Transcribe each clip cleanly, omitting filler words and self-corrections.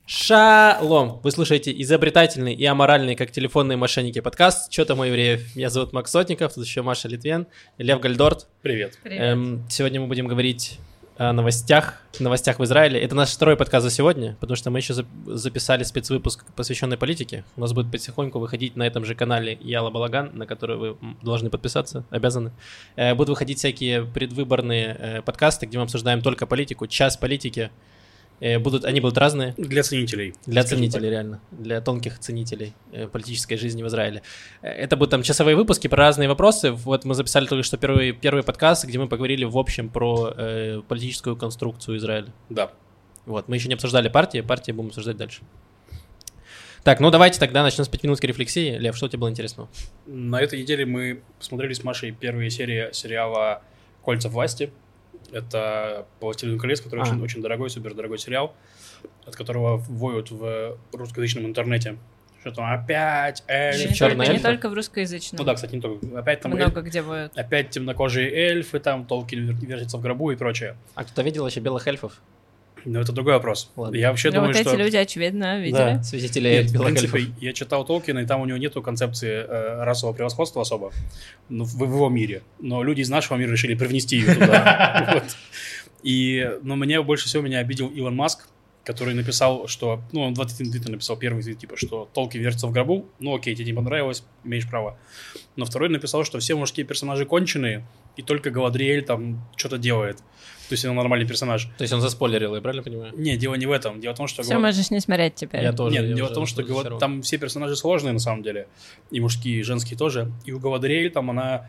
Шалом! Вы слушаете изобретательный и аморальный, как телефонные мошенники, подкаст «Чё там у евреев?». Меня зовут Макс Сотников, тут еще Маша Литвен, Лев Гальдорт. Привет. Сегодня мы будем говорить о новостях в Израиле. Это наш второй подкаст за сегодня, потому что мы еще записали спецвыпуск, посвященный политике. У нас будет потихоньку выходить на этом же канале Яла Балаган, на который вы должны подписаться, обязаны. Будут выходить всякие предвыборные подкасты, где мы обсуждаем только политику, час политики. Они будут разные. Для ценителей. Для ценителей, реально. Для тонких ценителей политической жизни в Израиле. Это будут там часовые выпуски про разные вопросы. Вот мы записали только что первый подкаст, где мы поговорили в общем про политическую конструкцию Израиля. Да. Вот, мы еще не обсуждали партии будем обсуждать дальше. Так, ну давайте тогда начнем с 5-минутки рефлексии. Лев, что у тебя было интересного? На этой неделе мы посмотрели с Машей первые серии сериала «Кольца власти». Это «Властелин колец», который очень дорогой, супердорогой сериал, от которого воют в русскоязычном интернете. Что там опять эльфы. Не только в русскоязычном. Ну да, кстати, не только. Опять там много где воют. Опять темнокожие эльфы, там Толкин вертится в гробу и прочее. А кто-то видел еще белых эльфов? Но это другой вопрос. Ладно. Я вообще думаю, вот что... эти люди, очевидно, видели. Да, свидетели белых эльфов. В принципе, я читал Толкина, и там у него нету концепции расового превосходства особо в его мире. Но люди из нашего мира решили привнести ее туда. Но меня больше всего обидел Илон Маск, который написал, что... Ну, он в Твиттере написал первый твит, типа, что Толкин вертится в гробу. Ну, окей, тебе не понравилось, имеешь право. Но второй написал, что все мужские персонажи конченые, и только Галадриэль там что-то делает. То есть он нормальный персонаж. То есть он заспойлерил, я правильно понимаю? Не, дело не в этом. Дело в том, что... Все, можешь не смотреть теперь. Я тоже. Нет, дело в том, что там все персонажи сложные на самом деле. И мужские, и женские тоже. И у Галадриэль там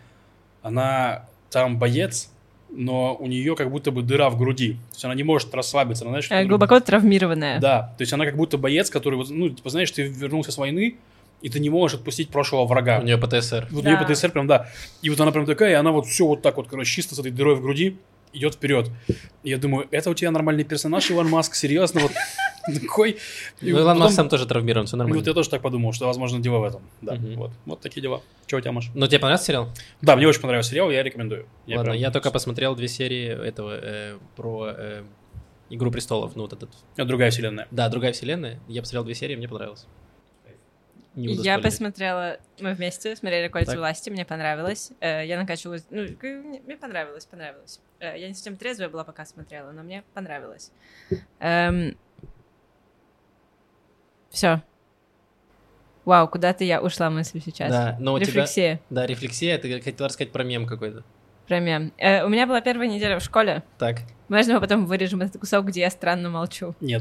она там боец, но у нее как будто бы дыра в груди. То есть она не может расслабиться. Она, знаешь, глубоко травмированная. Да, то есть она как будто боец, который, ну, типа, знаешь, ты вернулся с войны, и ты не можешь отпустить прошлого врага. У нее ПТСР. Вот у нее ПТСР прям, да. И вот она прям такая, и она вот все вот так вот, короче, чисто с этой дырой в груди идет вперед. И я думаю, это у тебя нормальный персонаж, Илон Маск, серьезно, вот такой. Ну, Илон Маск сам тоже травмирован, все нормально. Вот я тоже так подумал, что, возможно, дело в этом. Да, вот такие дела. Чего у тебя, Маш? Ну, тебе понравился сериал? Да, мне очень понравился сериал, я рекомендую. Ладно, я только посмотрел 2 серии этого про «Игру престолов». Ну, вот этот. Это другая вселенная. Да, другая вселенная. Я посмотрел 2 серии, мне понравилось. Я посмотрела, мы вместе смотрели «Кольца власти», мне понравилось. Я накачивалась, ну, мне понравилось. Я не совсем трезвая была, пока смотрела, но мне понравилось. Все. Вау, куда-то я ушла мысль сейчас. Да, но рефлексия. Да, рефлексия, ты хотела рассказать про мем какой-то. Про мем. У меня была первая неделя в школе. Так. Можно мы потом вырежем этот кусок, где я странно молчу? Нет.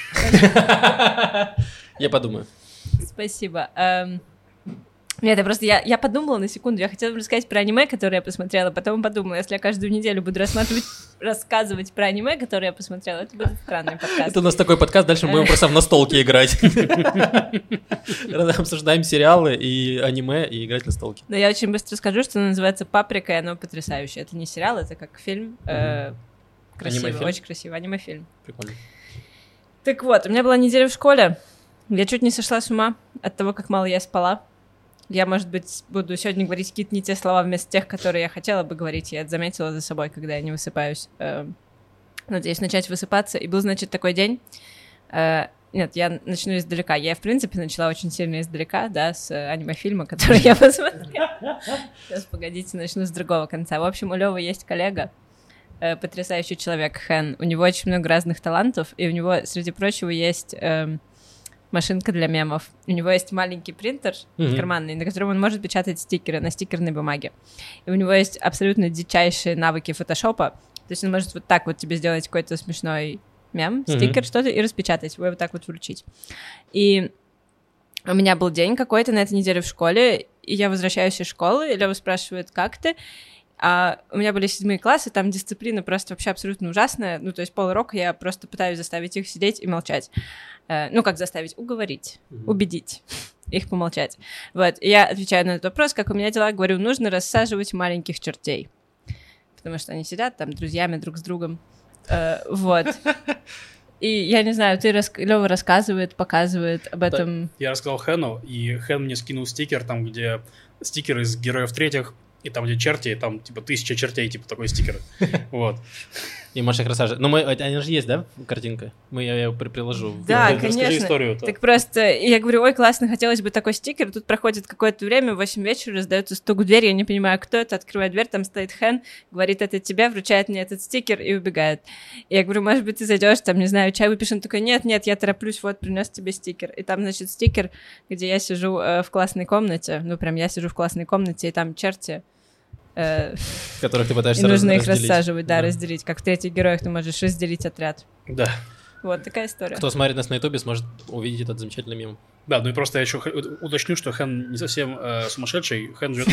Я подумаю. Спасибо. Нет, я подумала на секунду, я хотела рассказать про аниме, которое я посмотрела, потом подумала, если я каждую неделю буду рассказывать про аниме, которое я посмотрела, это будет странный подкаст. Это у нас такой подкаст, дальше мы будем просто в настолки играть. Обсуждаем сериалы и аниме, и играть в настолки. Но я очень быстро скажу, что оно называется «Паприка», и оно потрясающее. Это не сериал, это как фильм. Красиво, очень красиво, аниме-фильм. Прикольно. Так вот, у меня была неделя в школе, я чуть не сошла с ума от того, как мало я спала. Я, может быть, буду сегодня говорить какие-то не те слова вместо тех, которые я хотела бы говорить. Я это заметила за собой, когда я не высыпаюсь. Надеюсь начать высыпаться. И был, значит, такой день. Нет, я начну издалека. Я, в принципе, начала очень сильно издалека, да, с аниме-фильма, который я посмотрела. Сейчас, погодите, начну с другого конца. В общем, у Лёвы есть коллега, потрясающий человек Хэн. У него очень много разных талантов, и у него, среди прочего, есть... машинка для мемов. У него есть маленький принтер карманный, на котором он может печатать стикеры на стикерной бумаге. И у него есть абсолютно дичайшие навыки фотошопа. То есть он может вот так вот тебе сделать какой-то смешной мем, стикер, что-то, и распечатать его, и вот так вот вручить. И у меня был день какой-то на этой неделе в школе, и я возвращаюсь из школы, и Лёва спрашивает, как ты? А у меня были 7 классы, там дисциплина просто вообще абсолютно ужасная. Ну, то есть полурока я просто пытаюсь заставить их сидеть и молчать. Ну, как заставить? Уговорить, убедить их помолчать. Вот, и я отвечаю на этот вопрос, как у меня дела, говорю, нужно рассаживать маленьких чертей. Потому что они сидят там друзьями друг с другом. Вот. И я не знаю, Лёва рассказывает, показывает об этом. Я рассказал Хэну, и Хэн мне скинул стикер, там, где стикер из «Героев третьих», и там, где черти, там, типа, 1000 чертей, типа, такой стикер. Вот. И можешь их рассаживать. Но они же есть, да, картинка? Я ее приложу. Да, Расскажи конечно. историю-то. Так просто я говорю, ой, классно, хотелось бы такой стикер. Тут проходит какое-то время, в 8 вечера раздается стук в дверь, я не понимаю, кто это, открываю дверь, там стоит Хэн, говорит, это тебя, вручает мне этот стикер и убегает. И я говорю, может быть, ты зайдешь, там, не знаю, чай выпишешь. Он такой, нет, я тороплюсь, вот, принес тебе стикер. И там, значит, стикер, где я сижу в классной комнате, ну, прям я сижу в классной комнате, и там черти, которых ты пытаешься и нужно их разделить. рассаживать, да, разделить. Как в «Третьих героях» ты можешь разделить отряд. Да. Вот такая история. Кто смотрит нас на Ютубе, сможет увидеть этот замечательный мем. Да, ну и просто я еще уточню, что Хэн не совсем сумасшедший. Хэн живет...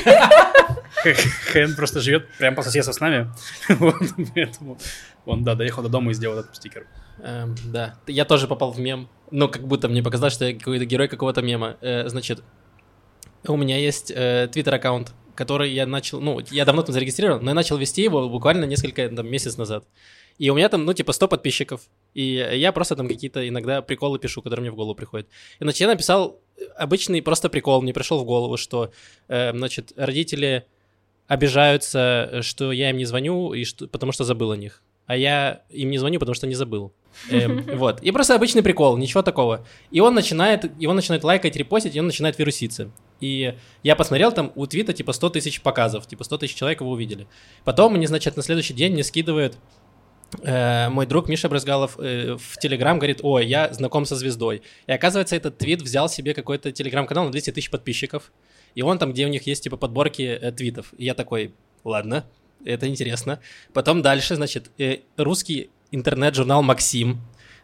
Хэн просто живет прямо по соседству с нами. Поэтому он, да, доехал до дома и сделал этот стикер. Да, я тоже попал в мем. Ну, как будто мне показалось, что я какой-то герой какого-то мема. Значит, у меня есть твиттер-аккаунт, который я начал... Ну, я давно там зарегистрирован, но я начал вести его буквально месяц назад. И у меня там, 100 подписчиков. И я просто там какие-то иногда приколы пишу, которые мне в голову приходят. И, значит, я написал обычный просто прикол. Мне пришел в голову, что, значит, родители обижаются, что я им не звоню, потому что забыл о них. А я им не звоню, потому что не забыл. Вот. И просто обычный прикол, ничего такого. И он начинает лайкать, репостить, и он начинает вируситься. И я посмотрел, там у твита 100 тысяч показов, 100 тысяч человек его увидели. Потом мне, значит, на следующий день мне скидывает мой друг Миша Брызгалов в Телеграм, говорит, ой, я знаком со звездой. И оказывается, этот твит взял себе какой-то Телеграм-канал на 200 тысяч подписчиков. И он там, где у них есть подборки твитов. И я такой, ладно, это интересно. Потом дальше, значит, русский интернет-журнал «Максим».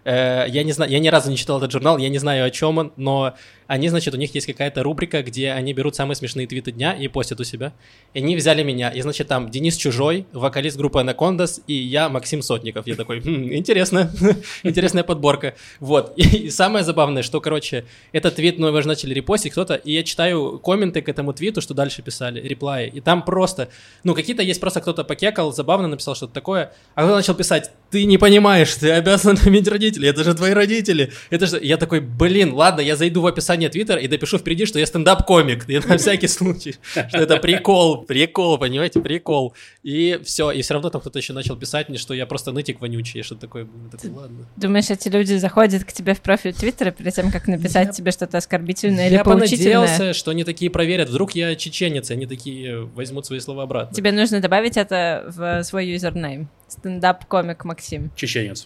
Я не знаю, я ни разу не читал этот журнал, я не знаю, о чем он, но они, значит, у них есть какая-то рубрика, где они берут самые смешные твиты дня и постят у себя. И они взяли меня, и, значит, там Денис Чужой, вокалист группы Анакондас, и я, Максим Сотников. Я такой, интересно, интересная подборка. Вот, и самое забавное, что, короче, этот твит, его же начали репостить кто-то, и я читаю комменты к этому твиту, что дальше писали, реплаи, и там просто, какие-то есть, просто кто-то покекал, забавно написал что-то такое, а кто начал писать, ты не понимаешь, ты обязан иметь родителей, это же твои родители, это же... Я такой, ладно, я зайду в описание Твиттера и допишу впереди, что я стендап-комик, и на всякий случай, что это прикол, понимаете, прикол. И все, и все равно там кто-то еще начал писать мне, что я просто нытик вонючий, что такое, ладно. Думаешь, эти люди заходят к тебе в профиль Твиттера перед тем, как написать тебе что-то оскорбительное или поучительное? Я понадеялся, что они такие проверят, вдруг я чеченец, и они такие возьмут свои слова обратно. Тебе нужно добавить это в свой юзернейм. Стендап-комик Максим. Чеченец.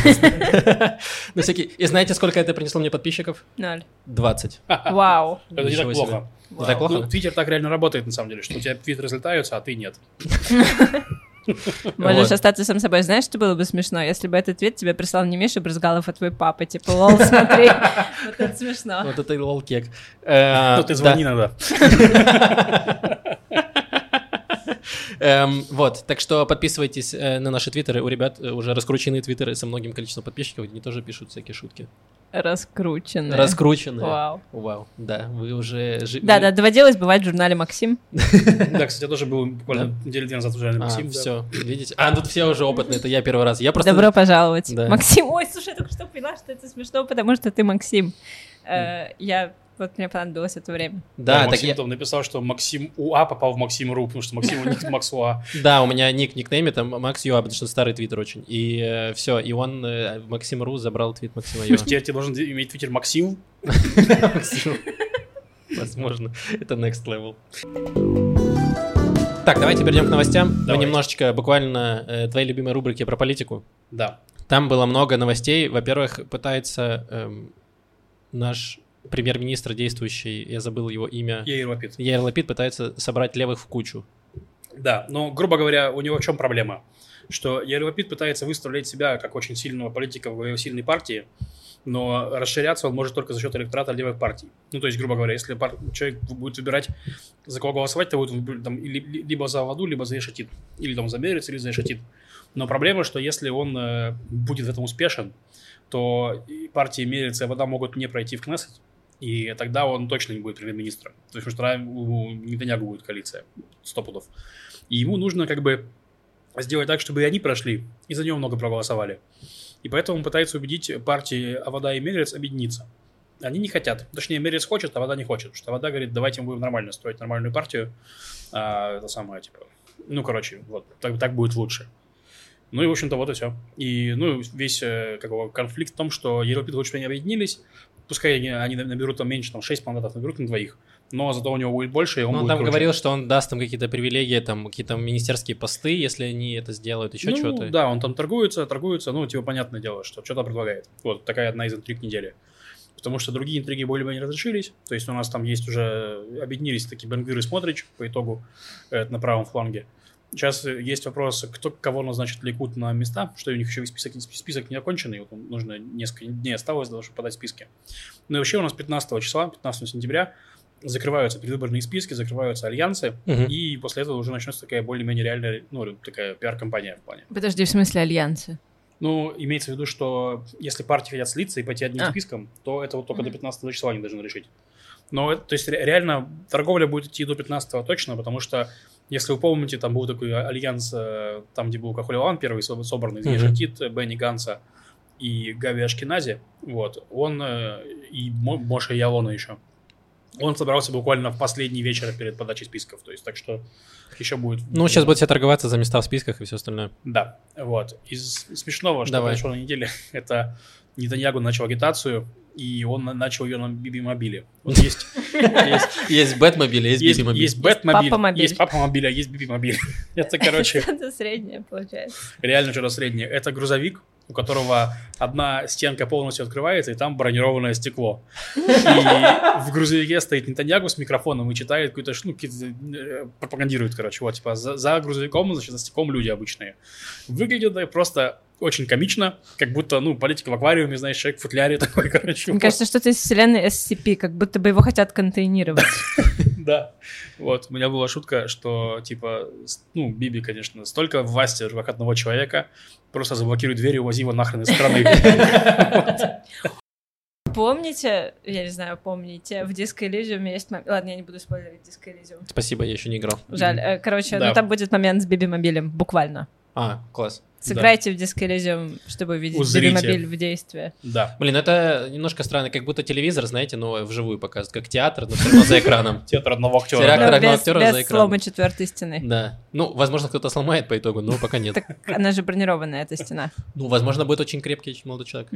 На всякий... И знаете, сколько это принесло мне подписчиков? 0. 20. Вау. Это не так плохо. Не так плохо? Твиттер так реально работает, на самом деле, что у тебя твиты разлетаются, а ты нет. Можешь остаться сам собой. Знаешь, что было бы смешно, если бы этот твит тебе прислал не Миша Брызгалов, а твой папа. Типа, лол, смотри. Вот это смешно. Вот это лол-кек. Ну, ты звони иногда. Вот, так что подписывайтесь на наши твиттеры. У ребят уже раскрученные твиттеры со многим количеством подписчиков, они тоже пишут всякие шутки. Раскрученные. Вау, да, вы уже... Да, доводилось бывать в журнале «Максим». Да, кстати, я тоже был буквально недели 2 назад в журнале «Максим». Все, видите? Тут все уже опытные, это я первый раз. Добро пожаловать. Максим, ой, слушай, я только что поняла, что это смешно, потому что ты Максим. Вот мне понадобилось это время. Да, Максим там написал, что Максим УА попал в Максим РУ, потому что Максим ник Макс УА. Да, у меня никнейм это Макс ЮА, потому что старый твиттер очень. И все, и он Максим РУ забрал твит Максима ЮА. Теперь ты должен иметь твиттер Максим? Возможно, это next level. Так, давайте перейдем к новостям. Мы немножечко, буквально, твоей любимой рубрики про политику. Да. Там было много новостей. Во-первых, пытается наш премьер-министр действующий, я забыл его имя. Яир Лапид пытается собрать левых в кучу. Да, но, грубо говоря, у него в чем проблема? Что Яир Лапид пытается выставлять себя как очень сильного политика в сильной партии, но расширяться он может только за счет электората левых партий. Ну, то есть, грубо говоря, если человек будет выбирать, за кого голосовать, то будет там, либо за Аваду, либо за Ешатид. Или там за Мерец, или за Ешатид. Но проблема, что если он будет в этом успешен, то партии Мерец и Авада могут не пройти в Кнессет, и тогда он точно не будет премьер-министром. То есть, потому что у Нетаньяху будет коалиция, 100 пудов. И ему нужно как бы сделать так, чтобы и они прошли, и за него много проголосовали. И поэтому он пытается убедить партии Авада и Мерец объединиться. Они не хотят. Точнее, Мерец хочет, а Авада не хочет. Потому что Авада говорит, давайте мы будем нормально строить нормальную партию. Это самое, типа... Ну, короче, вот, так будет лучше. Ну и, в общем-то, вот и все. И, ну, весь конфликт в том, что Европейцы хочет, чтобы они объединились. Пускай они наберут там меньше, там 6 мандатов наберут на двоих, но зато у него будет больше, и он Ну, он будет там круче. говорил, что он даст им какие-то привилегии, там, какие-то министерские посты, если они это сделают, еще что-то. Да, он там торгуется, ну, типа, понятное дело, что что-то предлагает. Вот такая одна из интриг недели. Потому что другие интриги более-менее разрешились. То есть у нас там есть уже, объединились такие Бен-Гвир и Смотрич по итогу на правом фланге. Сейчас есть вопрос, кого назначит Ликуд на места, что у них еще список не оконченный, вот нужно несколько дней осталось, чтобы подать списки. Ну и вообще у нас 15 сентября закрываются предвыборные списки, закрываются альянсы, и после этого уже начнется такая более-менее реальная, ну, такая пиар-компания в плане. Подожди, в смысле альянсы? Ну, имеется в виду, что если партии хотят слиться и пойти одним списком, то это вот только до 15 числа они должны решить. Но, то есть, реально, торговля будет идти до 15 точно, потому что, если вы помните, там был такой альянс, там, где был Кахоль Лаван первый собранный, из Ешатит, Бенни Ганса и Гави Ашкенази, вот, он и Моше Ялона еще. Он собрался буквально в последний вечер перед подачей списков, то есть, так что еще будет... Ну, сейчас будут все торговаться за места в списках и все остальное. Да, вот. Из смешного, что произошло на неделе, это Нетаньягу начал агитацию, и он начал ее на Биби-мобиле. Вот есть Бэтмобиль, есть Биби-мобиль. Есть Бэтмобиль, есть Папа-мобиль, а есть Биби-мобиль. Это, короче... Что-то среднее получается. Реально что-то среднее. Это грузовик, у которого одна стенка полностью открывается, и там бронированное стекло. И в грузовике стоит Нетаньягу с микрофоном и читает какую-то, ну, пропагандирует, короче, вот, типа, за грузовиком, значит, за стеклом люди обычные. Выглядит это просто очень комично, как будто, ну, политик в аквариуме, знаешь, человек в футляре такой, короче. Мне кажется, что-то из вселенной SCP, как будто бы его хотят контейнировать. Да, вот, у меня была шутка, что, типа, ну, Биби, конечно, столько власти в руках одного человека, просто заблокируй дверь и увози его нахрен из страны. Помните, я не знаю, помните, в Disco Elysium есть момент... Ладно, я не буду спойлерить Disco Elysium. Спасибо, я еще не играл. Жаль. Короче, ну там будет момент с Биби-мобилем, буквально. А, класс. Сыграйте в Disco Elysium, чтобы увидеть Биби-мобиль в действии. Да. Блин, это немножко странно, как будто телевизор, знаете, но вживую показывают, как театр, но все равно за экраном. Театр одного актера. Театр одного актера за без экраном. слома четвертой стены. Да. Ну, возможно, кто-то сломает по итогу, но пока нет. Так она же бронированная, эта стена. Ну, возможно, будет очень крепкий молодой человек.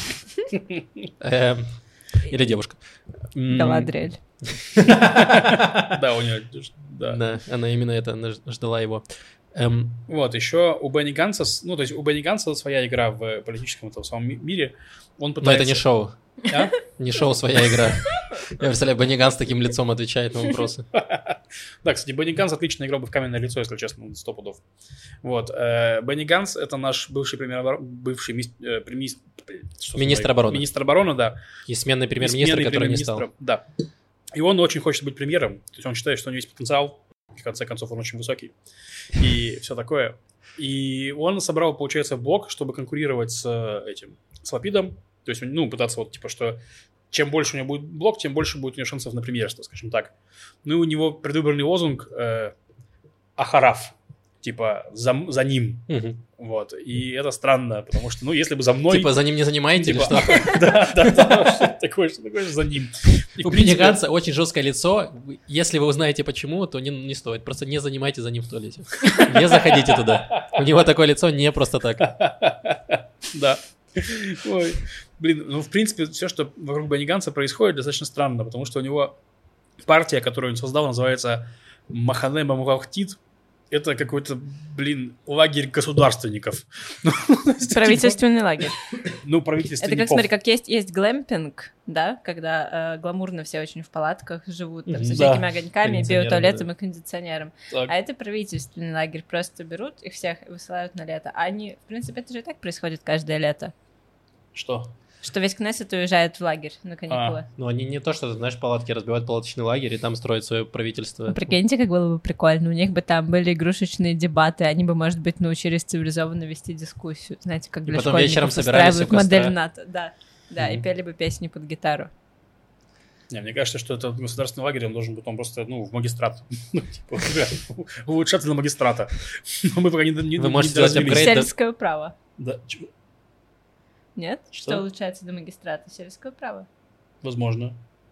Или девушка. Галадриэль. Да, у нее... Да, она именно это ждала его. Вот, еще у Бенни Ганса, ну, то есть у Бенни Ганса своя игра в политическом этом самом мире. Он пытается... Но это не шоу. А? Не шоу, своя игра. Я представляю, Бенни Ганс таким лицом отвечает на вопросы. Да, кстати, Бенни Ганс отлично играл бы в каменное лицо, если честно, 100 пудов. Вот. Бенни Ганс — это наш бывший министр обороны. Министр обороны, да. И сменный премьер-министр, который не стал. Да. И он очень хочет быть премьером. То есть он считает, что у него есть потенциал. В конце концов, он очень высокий. И все такое. И он собрал, получается, блок, чтобы конкурировать с Лапидом. То есть, ну, пытаться вот, типа, что чем больше у него будет блок, тем больше будет у него шансов на премьерство, скажем так. Ну, и у него предвыборный лозунг «Ахараф». Типа, за ним. Вот. И это странно, потому что, ну, если бы за мной... Типа, за ним не занимаете или что? Да, что такое за ним. У Бенни Ганса очень жесткое лицо. Если вы узнаете почему, то не стоит. Просто не занимайте за ним в туалете. Не заходите туда. У него такое лицо не просто так. Да. Ой. Блин, ну, в принципе, все, что вокруг Бенни Ганса происходит, достаточно странно, потому что у него партия, которую он создал, называется Махане Мамухахтит. Это какой-то, блин, лагерь государственников. Правительственный лагерь. Ну, правительственников. Это как, смотри, как есть глэмпинг, да, когда гламурно все очень в палатках живут, там, со всякими огоньками, биотуалетом и кондиционером. А это правительственный лагерь. Просто берут их всех и высылают на лето. А они, в принципе, это же и так происходит каждое лето. Что? Что весь Кнессет уезжает в лагерь на каникулы. Ну, они не то, что, знаешь, палатки разбивают палаточный лагерь и там строят свое правительство. Прикиньте, как было бы прикольно. У них бы там были игрушечные дебаты, они бы, может быть, научились цивилизованно вести дискуссию. Знаете, как для потом школьников вечером собирались у костра. модель НАТО. Да, и пели бы песни под гитару. Не, мне кажется, что это государственный лагерь, он должен быть просто, ну, в магистрат. Ну, типа, улучшаться на магистрата. Но мы пока не Вы можете сделать апгрейд. Сельское право. Да. Нет? Что улучшается до магистрата? Сельское право. Возможно.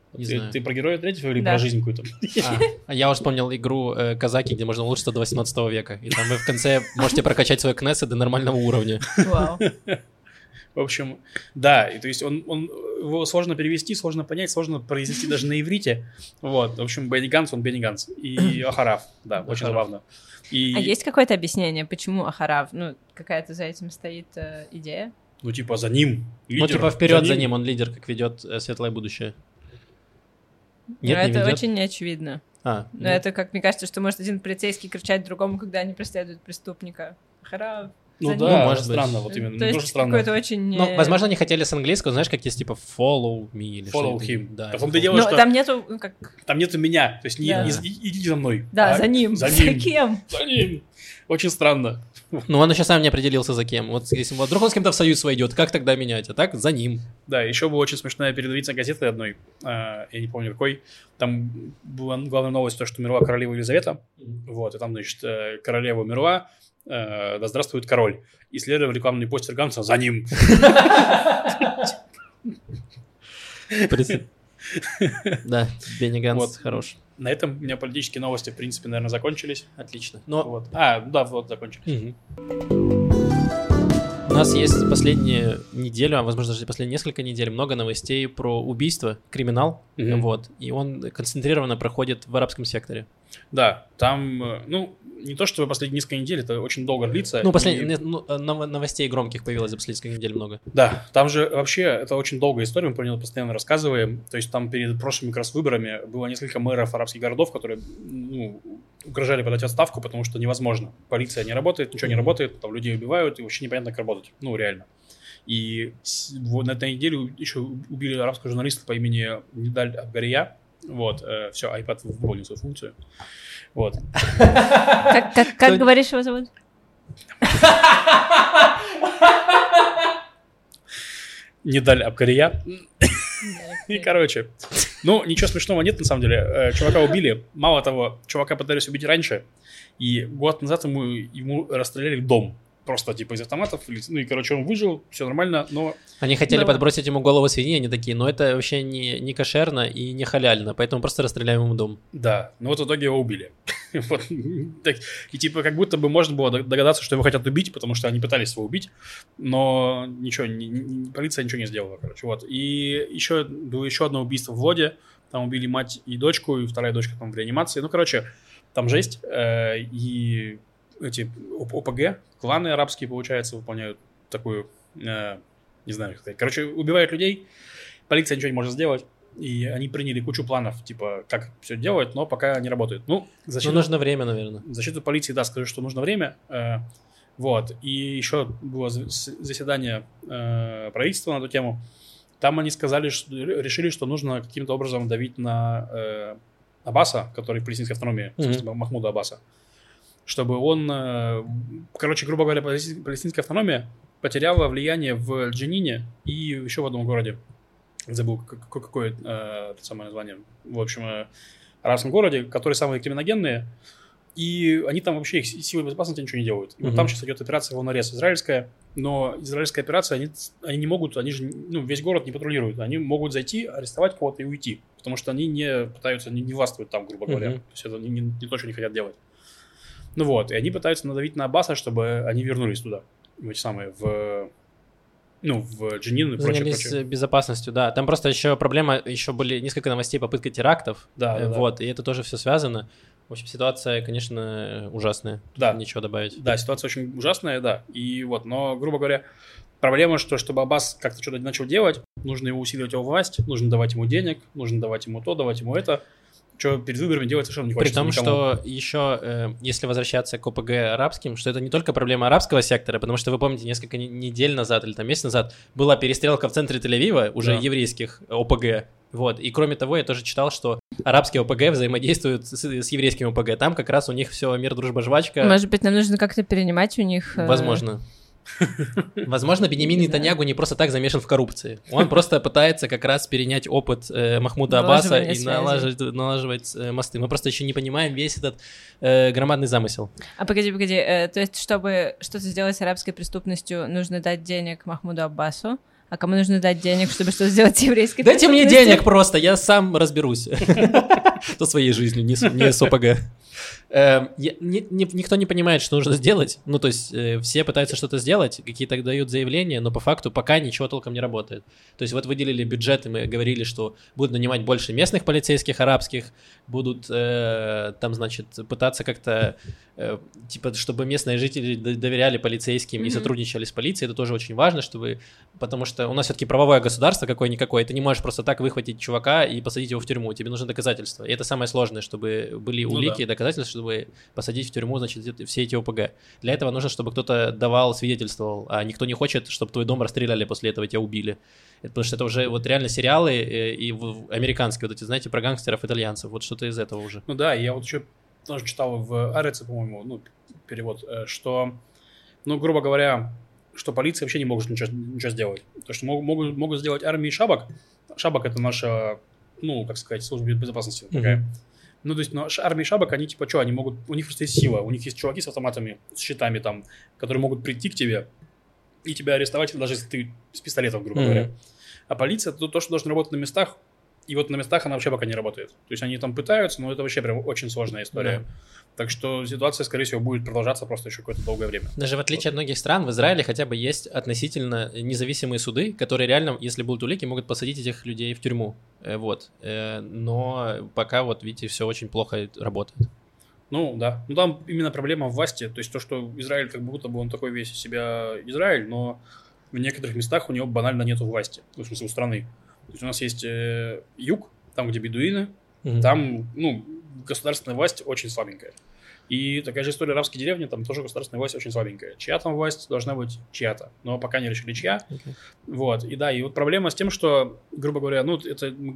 Не знаю. Ты про героя третьего или Да. про жизнь какую-то? А я уже вспомнил игру Казаки, где можно улучшиться до 18 века. И там вы в конце можете прокачать свой Кнессет до нормального уровня. Вау. В общем, да, и то есть его сложно перевести, сложно понять, сложно произнести даже на иврите. Вот, в общем, Бенни Ганс, он Бенни Ганс. И Ахараф, да, очень Ахараф. забавно. И, А есть какое-то объяснение, почему Ахарав? Ну, какая-то за этим стоит идея? ну, типа, за ним лидер. Ну, типа, вперед за ним, он лидер, как ведет светлое будущее. Нет, Но не это ведет. очень неочевидно. А, Но это, как мне кажется, что может один полицейский кричать другому, когда они преследуют преступника. Ахарав. Ну за да, ним. может быть. странно, вот именно. То Мне тоже есть странно. какой-то очень... ну, возможно, они хотели с английского, знаешь, как есть, типа, follow me или Follow что-нибудь. him. Да, В том-то и follow. дело, Ну, что там нету, ну, как... там нету меня. То есть Да. идите за мной. Да, А за ним. За За ним. кем? За ним. Очень странно. Ну, он еще сам не определился за кем. Вот если вдруг он с кем-то в союз войдет, как тогда менять? А так за ним. Да, еще была очень смешная передовица газеты одной, я не помню какой. Там была главная новость, то, что умерла королева Елизавета. Вот, и там, значит, королева умерла, да здравствует король. И следовал рекламный постер Ганса за ним. Да, Бенни Ганс Вот. хорош. На этом у меня политические новости, в принципе, наверное, закончились. Отлично. Но Вот. Да, вот, закончились. Мгм. У нас есть последнюю неделю, а возможно даже последние несколько недель, много новостей про убийство, криминал, Мгм. вот, и он концентрированно проходит в арабском секторе. Да, там, ну, не то, что последние несколько недель, это очень долго длится. Ну, и- новостей громких появилось за последние несколько недель много. Да, там же вообще это очень долгая история, мы про нее постоянно рассказываем. То есть там перед прошлыми как раз выборами было несколько мэров арабских городов, которые угрожали подать в отставку, потому что невозможно. Полиция не работает, ничего не работает, там людей убивают, и вообще непонятно, как работать. Ну, реально. И на этой неделе еще убили арабского журналиста по имени Нидаль Абгария. Вот, все, iPad выполнил свою функцию. Вот. Как говоришь, его зовут? Нидаль Абгария. И, короче, ну, ничего смешного нет, на самом деле. Чувака убили. Мало того, чувака пытались убить раньше. И год назад ему расстреляли дом. Просто, типа, из автоматов. Ну, и, короче, он выжил, все нормально, но... Они хотели Да. подбросить ему голову свиньи, они такие, но это вообще не кошерно и не халяльно, поэтому просто расстреляем ему дом. Да, но вот в итоге его убили. Вот. Так, и, типа, как будто бы можно было догадаться, что его хотят убить, потому что они пытались его убить, но ничего, полиция ничего не сделала, короче. Вот. И еще было еще одно убийство в Лоде. Там убили мать и дочку, и вторая дочка там в реанимации. Ну, короче, там жесть. И эти ОПГ, кланы арабские, получается, выполняют такую, не знаю, как сказать. Короче, убивают людей, полиция ничего не может сделать, и они приняли кучу планов, типа, как все делать, но пока не работает. Ну, Ну, нужно время, наверное. защиту полиции, да, скажу, что нужно время. Вот. И еще было заседание правительства на эту тему. Там они сказали, что решили, что нужно каким-то образом давить на Аббаса, который в палестинской автономии, в смысле, Махмуда Аббаса, чтобы он, короче, грубо говоря, палестинская автономия потеряла влияние в Дженине и еще в одном городе. Забыл, какое это самое название. В общем, арабском городе, которые самые криминогенные. И они там вообще, их силы безопасности ничего не делают. И вот там сейчас идет операция «Волнорез» израильская. Но израильская операция, они не могут, они же весь город не патрулируют. Они могут зайти, арестовать кого-то и уйти. Потому что они не пытаются, не властвуют там, грубо говоря. То есть это не то, что они хотят делать. Ну вот, и они пытаются надавить на Аббаса, чтобы они вернулись туда. В эти самые, в Дженин и прочее. Занялись безопасностью, да. Там просто еще проблема, еще были несколько новостей попытка терактов. Да. Вот, и это тоже все связано. В общем, ситуация, конечно, ужасная. Да. Ничего добавить. Да, ситуация очень ужасная, да. И вот, но, грубо говоря, проблема, что чтобы Аббас как-то что-то начал делать, нужно его усиливать его власть, нужно давать ему денег, нужно давать ему то, давать ему это. Что перед выборами делать совершенно не При хочется том, никому. что еще, если возвращаться к ОПГ арабским, что это не только проблема арабского сектора, потому что вы помните, несколько недель назад или там месяц назад была перестрелка в центре Тель-Авива, уже Да. еврейских ОПГ. Вот. И кроме того, я тоже читал, что арабские ОПГ взаимодействуют с еврейскими ОПГ. Там как раз у них все мир, дружба, жвачка. Может быть, нам нужно как-то перенимать у них... Возможно. Возможно, Беньямин Нетаньягу не просто так замешан в коррупции. Он просто пытается как раз перенять опыт Махмуда Аббаса и налаживать мосты. Мы просто еще не понимаем весь этот громадный замысел. А погоди, то есть, чтобы что-то сделать с арабской преступностью, нужно дать денег Махмуду Аббасу, а кому нужно дать денег, чтобы что-то сделать с еврейской Дайте мне преступностью? денег просто, я сам разберусь со своей жизнью, не с ОПГ. Никто не понимает, что нужно сделать. Ну, то есть все пытаются что-то сделать, какие-то дают заявления, но по факту пока ничего толком не работает. То есть вот выделили бюджет, и мы говорили, что будут нанимать больше местных полицейских, арабских, будут там, значит, пытаться как-то, типа, чтобы местные жители доверяли полицейским и сотрудничали с полицией. Это тоже очень важно, потому что у нас все-таки правовое государство какое-никакое. Ты не можешь просто так выхватить чувака и посадить его в тюрьму. Тебе нужны доказательства. И это самое сложное, чтобы были улики и доказательства, чтобы посадить в тюрьму, значит, все эти ОПГ. Для этого нужно, чтобы кто-то давал, свидетельствовал, а никто не хочет, чтобы твой дом расстреляли, после этого тебя убили. Потому что это уже вот реально сериалы и американские, вот эти, знаете, про гангстеров, итальянцев, вот что-то из этого уже. Ну да, я вот еще тоже читал в Ареце, по-моему, ну, перевод, что, ну, грубо говоря, что полиция вообще не может ничего сделать. То, что могут сделать армии шабак. Шабак — это наша, ну, как сказать, служба безопасности такая. Ну, то есть, армии шабак, они типа что, они могут, у них просто есть сила, у них есть чуваки с автоматами, с щитами там, которые могут прийти к тебе и тебя арестовать, даже если ты с пистолетом, грубо говоря. А полиция — это то, что должно работать на местах, и вот на местах она вообще пока не работает. То есть они там пытаются, но это вообще прям очень сложная история. Так что ситуация, скорее всего, будет продолжаться просто еще какое-то долгое время. Даже в отличие от многих стран, в Израиле хотя бы есть относительно независимые суды, которые реально, если будут улики, могут посадить этих людей в тюрьму. Вот. Но пока, вот видите, все очень плохо работает. Ну, да. Ну, там именно проблема в власти. То есть то, что Израиль как будто бы он такой весь из себя Израиль, но в некоторых местах у него банально нету власти. В смысле, у страны. То есть у нас есть юг, там, где бедуины, там, ну, государственная власть очень слабенькая. И такая же история арабской деревни, там тоже государственная власть очень слабенькая. Чья там власть должна быть чья-то, но пока не решили чья. Вот, и да, и вот проблема с тем, что, грубо говоря, ну, это мы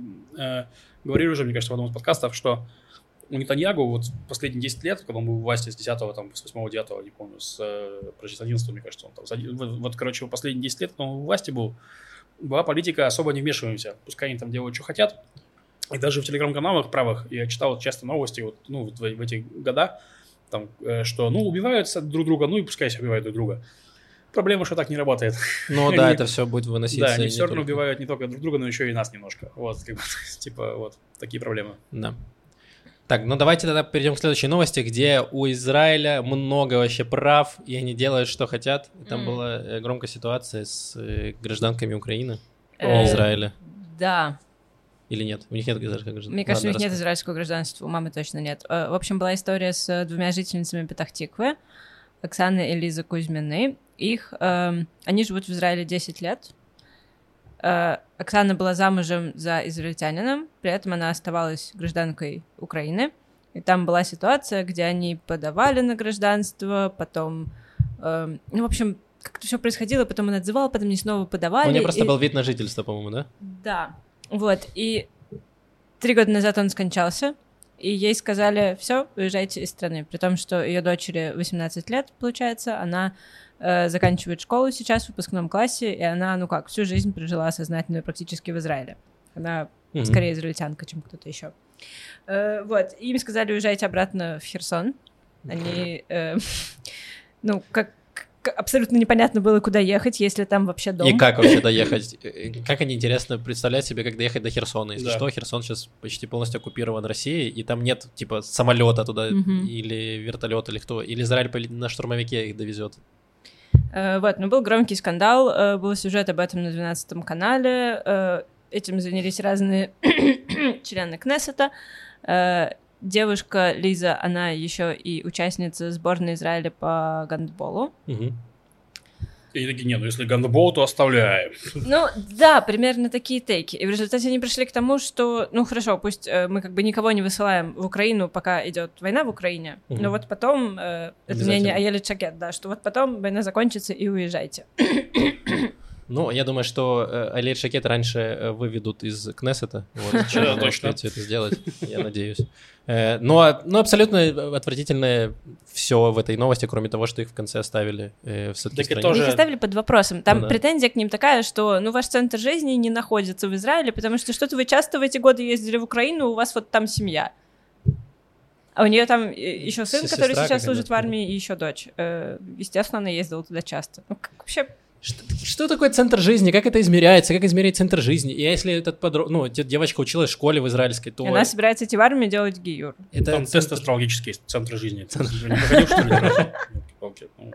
говорили уже, мне кажется, в одном из подкастов, что у Нетаньягу вот последние 10 лет, когда он был в власти с 10-го, там, с 8-го, 9-го, не помню, с 11-го, мне кажется, он там, вот, короче, последние 10 лет, когда он в власти был, была политика особо не вмешиваемся. Пускай они там делают, что хотят. И даже в телеграм-каналах правых я читал часто новости вот, ну, вот в эти года, там, что, ну, убиваются друг друга, ну, и пускай все убивают друг друга. Проблема, что так не работает. Ну, да, это все будет выноситься. Да, они все равно убивают не только друг друга, но еще и нас немножко. Вот, как бы, типа, вот, такие проблемы. Да. Так, ну давайте тогда перейдем к следующей новости, где у Израиля много вообще прав, и они делают, что хотят. Там была громкая ситуация с гражданками Украины и Израиля. Да. Или нет? У них нет израильского гражданства? Мне кажется, у них нет израильского гражданства, у мамы точно нет. В общем, была история с двумя жительницами Петах-Тиквы, Оксаной и Лизой Кузьминой. Они живут в Израиле 10 лет. Оксана была замужем за израильтянином, при этом она оставалась гражданкой Украины. И там была ситуация, где они подавали на гражданство, потом... ну, в общем, как-то все происходило, потом он отзывал, потом они снова подавали. У нее просто был вид на жительство, по-моему, да? Да. Вот, и 3 года назад он скончался, и ей сказали: все, уезжайте из страны. При том, что ее дочери 18 лет, получается, она заканчивает школу сейчас в выпускном классе, и она, ну как, всю жизнь прожила сознательно практически в Израиле. Она скорее израильтянка, чем кто-то еще. Вот, и им сказали: уезжайте обратно в Херсон. Они, ну, как абсолютно непонятно было, куда ехать, если там вообще дом. И как вообще доехать? Как они, интересно, представляют себе, как доехать до Херсона? Если что, Херсон сейчас почти полностью оккупирован Россией, и там нет, типа, самолета туда, или вертолета, или кто. Или Израиль на штурмовике их довезет. Вот, но был громкий скандал, был сюжет об этом на 12-м канале, этим занялись разные члены Кнессета. Девушка Лиза, она еще и участница сборной Израиля по гандболу. И такие: нет, ну если гандбол, то оставляем. Ну да, примерно такие тейки. И в результате они пришли к тому, что, ну хорошо, пусть мы как бы никого не высылаем в Украину, пока идет война в Украине, но вот потом, это мнение Аелит Шакед, да, что вот потом война закончится и уезжайте. Ну, я думаю, что Аэлит Шакед раньше выведут из Кнессета. Вот, точно все это сделать, я надеюсь. Но абсолютно отвратительное все в этой новости, кроме того, что их в конце оставили все-таки в стране. Тоже... Их оставили под вопросом. Там претензия к ним такая, что, ну, ваш центр жизни не находится в Израиле, потому что что-то вы часто в эти годы ездили в Украину, у вас вот там семья. А у нее там еще сын, который сейчас служит в армии, и еще дочь. Естественно, она ездила туда часто. Ну, как вообще... Что такое центр жизни? Как это измеряется? Как измерить центр жизни? И если этот девочка училась в школе в израильской, то... Она собирается идти в армию делать гиюр. Это Там тест астрологический, центр жизни. Не проходил, что ли, ни разу? Окей, ну.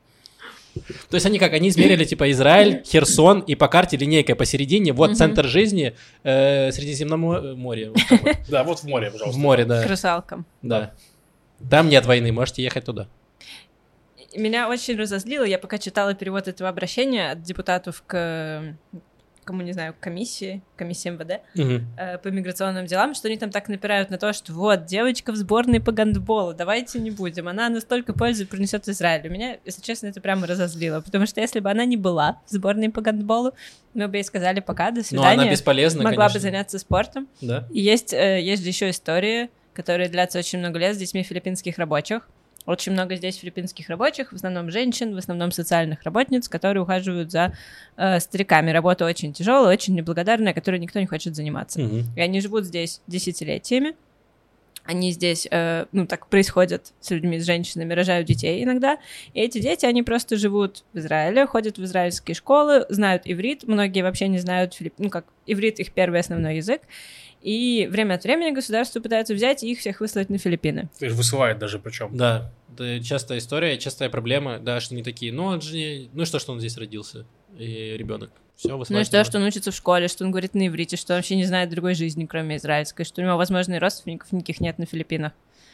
То есть они как? Они измерили типа Израиль, Херсон, и по карте линейкой посередине, вот центр жизни Средиземного моря. Да, вот в море, пожалуйста. В море, да. К русалкам. Да. Там нет войны, можете ехать туда. Меня очень разозлило, я пока читала перевод этого обращения от депутатов к комиссии МВД по миграционным делам, что они там так напирают на то, что вот, девочка в сборной по гандболу, давайте не будем, она настолько пользы принесет Израилю. Меня, если честно, это прямо разозлило, потому что если бы она не была в сборной по гандболу, мы бы ей сказали пока, до свидания. Но она бесполезна, могла конечно. бы заняться спортом. Да. И есть же еще истории, которые длятся очень много лет с детьми филиппинских рабочих. Очень много здесь филиппинских рабочих, в основном женщин, в основном социальных работниц, которые ухаживают за стариками. Работа очень тяжелая, очень неблагодарная, которой никто не хочет заниматься. И они живут здесь десятилетиями. Они здесь, так происходит с людьми, с женщинами, рожают детей иногда. И эти дети, они просто живут в Израиле, ходят в израильские школы, знают иврит. Многие вообще не знают иврит их первый основной язык. И время от времени государство пытается взять и их всех выслать на Филиппины. То есть высылает даже причем. Да, это частая история, частая проблема, да, что они такие, он же не... Ну и что он здесь родился, и ребенок. Все, ну и что он учится в школе, что он говорит на иврите, что он вообще не знает другой жизни, кроме израильской, что у него, возможно, и родственников никаких нет на Филиппинах.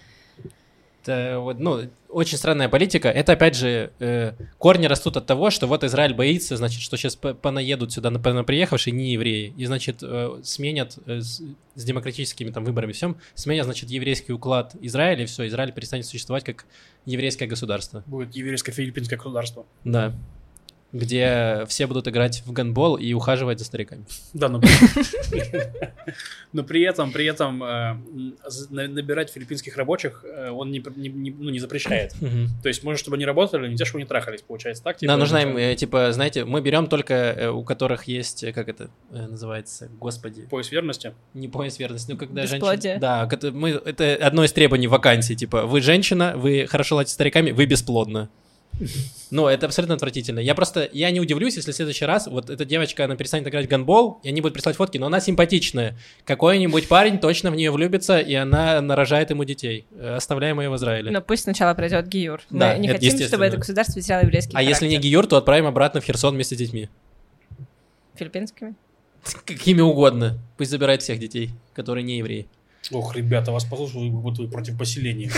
Это, очень странная политика. Это, опять же, корни растут от того, что вот Израиль боится, значит, что сейчас понаедут сюда приехавшие не евреи, и, значит, сменят с демократическими там выборами всем, сменят, значит, еврейский уклад Израиля, и все, Израиль перестанет существовать как еврейское государство. Будет еврейско-филиппинское государство. Да. Где все будут играть в гандбол и ухаживать за стариками. Да, но при этом набирать филиппинских рабочих он не запрещает. То есть можно, чтобы они работали, не те, чтобы они трахались, получается так. Да, нужна им, типа, знаете, мы берем только у которых есть, как это называется, господи. Пояс верности? Не пояс верности, когда бесплодие. женщина... Да, это одно из требований вакансии, типа, вы женщина, вы хорошо ладите с стариками, вы бесплодны. Ну, это абсолютно отвратительно. Я не удивлюсь, если в следующий раз вот эта девочка, она перестанет играть в гандбол, и они будут прислать фотки, но она симпатичная. Какой-нибудь парень точно в нее влюбится, и она нарожает ему детей. Оставляем ее в Израиле. Но пусть сначала пройдет гиюр. Да, мы не хотим, чтобы это государство теряло еврейский характер. Если не гиюр, то отправим обратно в Херсон вместе с детьми. Филиппинскими? Какими угодно. Пусть забирает всех детей, которые не евреи. Ох, ребята, вас послушал, как будто вы против поселения.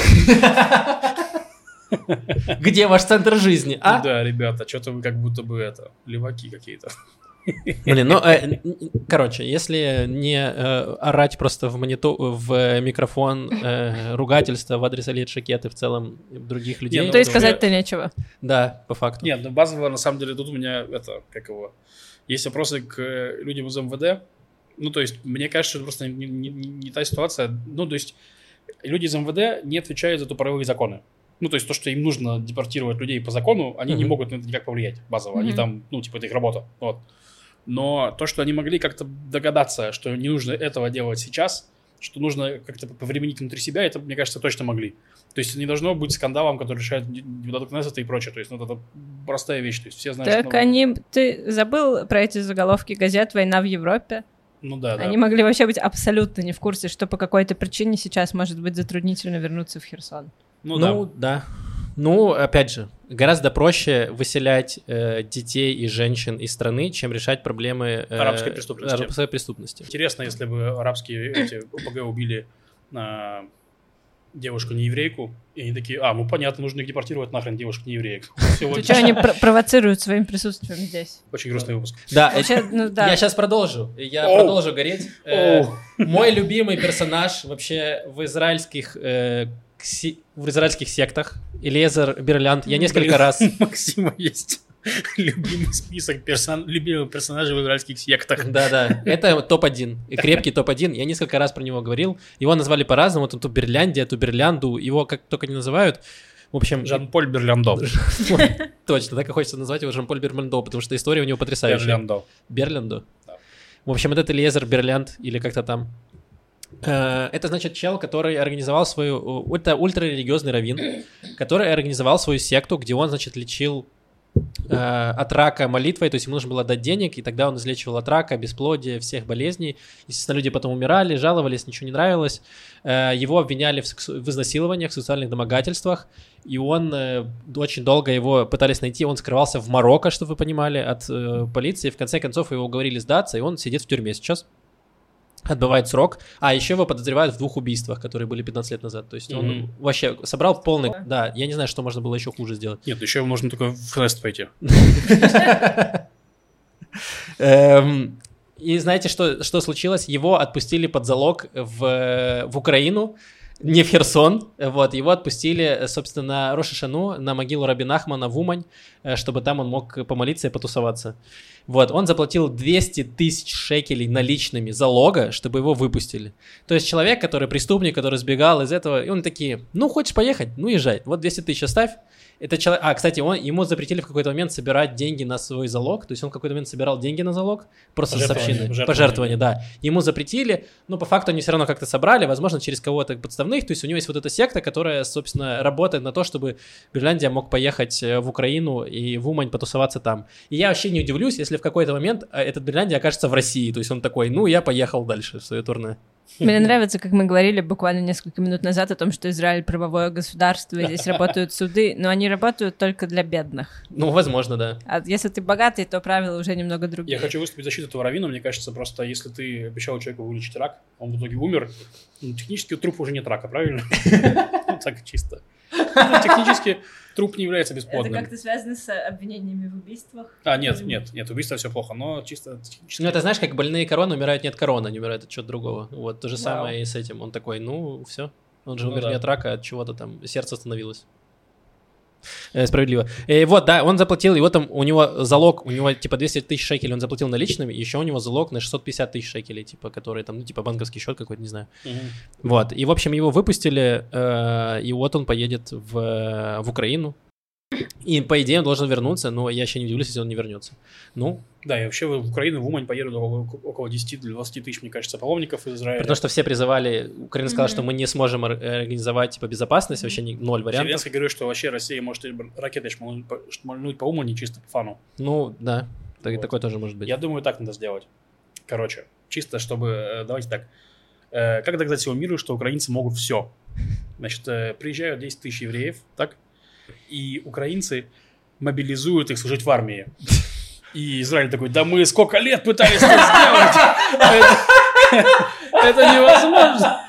Где ваш центр жизни, а? Да, ребята, что-то вы как будто бы леваки какие-то. Блин, короче, если не орать просто в микрофон ругательства в адрес Алиет Шакет и в целом других людей. То есть сказать-то нечего. Да, по факту. Нет, базово, на самом деле, тут у меня, есть вопросы к людям из МВД. Ну, то есть, мне кажется, это просто не та ситуация. Ну, то есть, люди из МВД не отвечают за туповые законы. Ну, то есть, то, что им нужно депортировать людей по закону, они не могут на это никак повлиять базово. Они там, это их работа. Вот. Но то, что они могли как-то догадаться, что не нужно этого делать сейчас, что нужно как-то повременить внутри себя, это, мне кажется, точно могли. То есть, не должно быть скандалом, который решает депутаты Кнессета и прочее. То есть, это простая вещь. То есть, все знают, так ты забыл про эти заголовки газет «Война в Европе»? Ну да. Они могли вообще быть абсолютно не в курсе, что по какой-то причине сейчас может быть затруднительно вернуться в Херсон. Ну да. Ну, опять же, гораздо проще выселять детей и женщин из страны, чем решать проблемы арабской преступности. Интересно, если бы арабские ОПГ убили девушку не-еврейку, и они такие, понятно, нужно их депортировать нахрен, девушек не-евреек. Ты что, они провоцируют своим присутствием здесь? Очень грустный выпуск. Да, я сейчас продолжу. Я продолжу гореть. Мой любимый персонаж вообще в израильских сектах, Элиезер Берлянд, я несколько раз... Максима есть любимый список любимых персонажей в израильских сектах. Да, это топ-1, крепкий топ-1, я несколько раз про него говорил, его назвали по-разному, то Берляндия, то Берлянду, его как только не называют. В общем... Жан-Поль Берляндо. Точно, так и хочется назвать его Жан-Поль Берляндо, потому что история у него потрясающая. Берляндо. В общем, вот это Элиезер Берлянд, или как-то там. Это, значит, чел, который организовал свою... Это ультрарелигиозный раввин, который организовал свою секту, где он, значит, лечил от рака молитвой, то есть ему нужно было дать денег, и тогда он излечивал от рака, бесплодия, всех болезней. Естественно, люди потом умирали, жаловались, ничего не нравилось. Его обвиняли в изнасилованиях, в сексуальных домогательствах, и он очень долго его пытались найти, он скрывался в Марокко, чтобы вы понимали, от полиции. В конце концов его уговорили сдаться, и он сидит в тюрьме сейчас. Отбывает срок. А еще его подозревают в 2 убийствах, которые были 15 лет назад. То есть он вообще собрал полный... Да, я не знаю, что можно было еще хуже сделать. Нет, еще можно только в Кнессет пойти. И знаете, что случилось? Его отпустили под залог в Украину, не в Херсон. Вот, его отпустили, собственно, на Рош ха-Шану, на могилу Раби Нахмана в Умань, чтобы там он мог помолиться и потусоваться. Вот, он заплатил 200 тысяч шекелей наличными залога, чтобы его выпустили. То есть человек, который преступник, который сбегал из этого, и он такие, ну, хочешь поехать? Ну, езжай. Вот 200 тысяч оставь. Это человек... кстати, ему запретили в какой-то момент собирать деньги на свой залог. То есть он в какой-то момент собирал деньги на залог. Просто с общины. Пожертвования, да. Ему запретили, но по факту они все равно как-то собрали, возможно, через кого-то подставных. То есть у него есть вот эта секта, которая, собственно, работает на то, чтобы Берляндия мог поехать в Украину и в Умань потусоваться там. И я вообще не удивлюсь, если в какой-то момент этот Берляндия окажется в России. То есть он такой, ну, я поехал дальше в свое турне. Мне нравится, как мы говорили буквально несколько минут назад о том, что Израиль правовое государство, и здесь работают суды, но они работают только для бедных. Ну, возможно, да. А если ты богатый, то правила уже немного другие. Я хочу выступить в защиту этого раввина. Мне кажется, просто если ты обещал человеку вылечить рак, он в итоге умер, ну, технически у трупа уже нет рака, правильно? Так чисто. Технически труп не является бесплодным. Это как-то связано с обвинениями в убийствах? Нет, убийство все плохо, но чисто технически. Ну, это знаешь, как больные короны умирают не от короны, они умирают от чего-то другого. Вот, то же самое и с этим. Он такой, ну, все. Он же умер не от рака, а от чего-то там, сердце остановилось. Справедливо. И вот, да, он заплатил, его там, у него залог, у него типа 200 тысяч шекелей он заплатил наличными, еще у него залог на 650 тысяч шекелей, типа, который там, ну, типа, банковский счет какой-то, не знаю. Вот, и, в общем, его выпустили, и вот он поедет в Украину. И, по идее, он должен вернуться, но я еще не удивлюсь, если он не вернется. Ну. Да, и вообще в Украину, в Умань поедут около 10-20 тысяч, мне кажется, паломников из Израиля. Потому что все призывали, Украина сказала, что мы не сможем организовать, типа, безопасность, вообще ноль вариантов. Зеленский говорит, что вообще Россия может ракетой шмальнуть по Умани чисто по фану. Ну, да, такое тоже может быть. Я думаю, так надо сделать. Короче, чисто чтобы, давайте так. Как доказать всему миру, что украинцы могут все? Значит, приезжают 10 тысяч евреев, так? И украинцы мобилизуют их служить в армии. И Израиль такой, да мы сколько лет пытались это сделать. Это невозможно.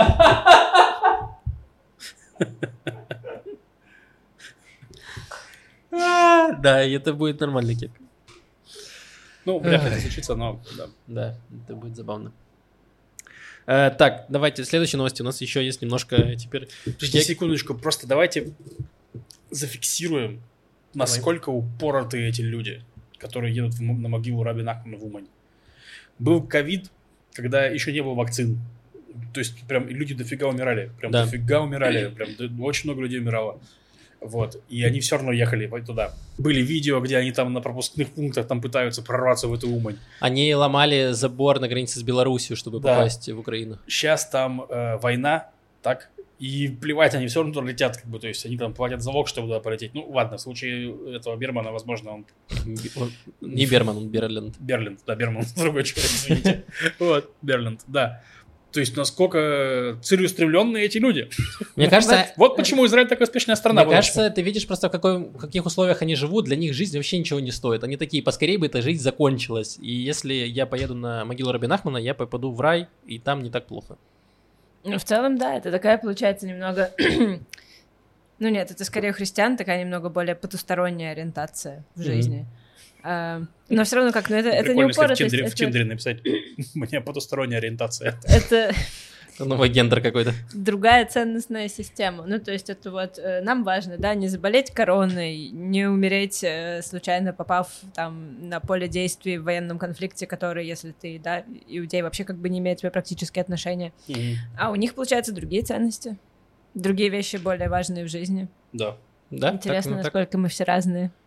Да, и это будет нормально, Кеп. Ну, вряд ли это случится, но да. Да, это будет забавно. Так, давайте, следующие новости. У нас еще есть немножко теперь... Подожди секундочку, просто давайте зафиксируем, насколько упоротые эти люди, которые едут на могилу Раби Нахмана в Умань. Был ковид, когда еще не было вакцин. То есть прям люди дофига умирали. Прям дофига умирали. Прям очень много людей умирало. Вот. И они все равно ехали туда. Были видео, где они там на пропускных пунктах там пытаются прорваться в эту Умань. Они ломали забор на границе с Белоруссией, чтобы попасть в Украину. Сейчас там война, так? И плевать, они все равно туда летят, как бы, то есть они там платят залог, чтобы туда полететь. Ну, ладно, в случае этого Бермана, возможно, он... Не Берман, он Берленд. Берленд, да, Берман, другой человек, извините. Вот, Берленд, да. То есть насколько целеустремленные эти люди. Мне кажется... Вот почему Израиль такая успешная страна. Мне кажется, ты видишь просто, в каких условиях они живут, для них жизнь вообще ничего не стоит. Они такие, поскорее бы эта жизнь закончилась. И если я поеду на могилу Раби Нахмана, я попаду в рай, и там не так плохо. Ну, в целом, да, это такая, получается, немного... Ну, нет, это скорее у христиан такая немного более потусторонняя ориентация в жизни. Но все равно как, ну, это не упоротость. Прикольно, в Тиндере написать, у меня потусторонняя ориентация. Это... Новый гендер какой-то. Другая ценностная система. Ну, то есть это вот нам важно, да, не заболеть короной, не умереть, случайно попав там на поле действий в военном конфликте, который, если ты, да, иудей, вообще как бы не имеет тебе практические отношения. А у них, получается, другие ценности, другие вещи более важные в жизни. Да. Интересно, насколько мы все разные.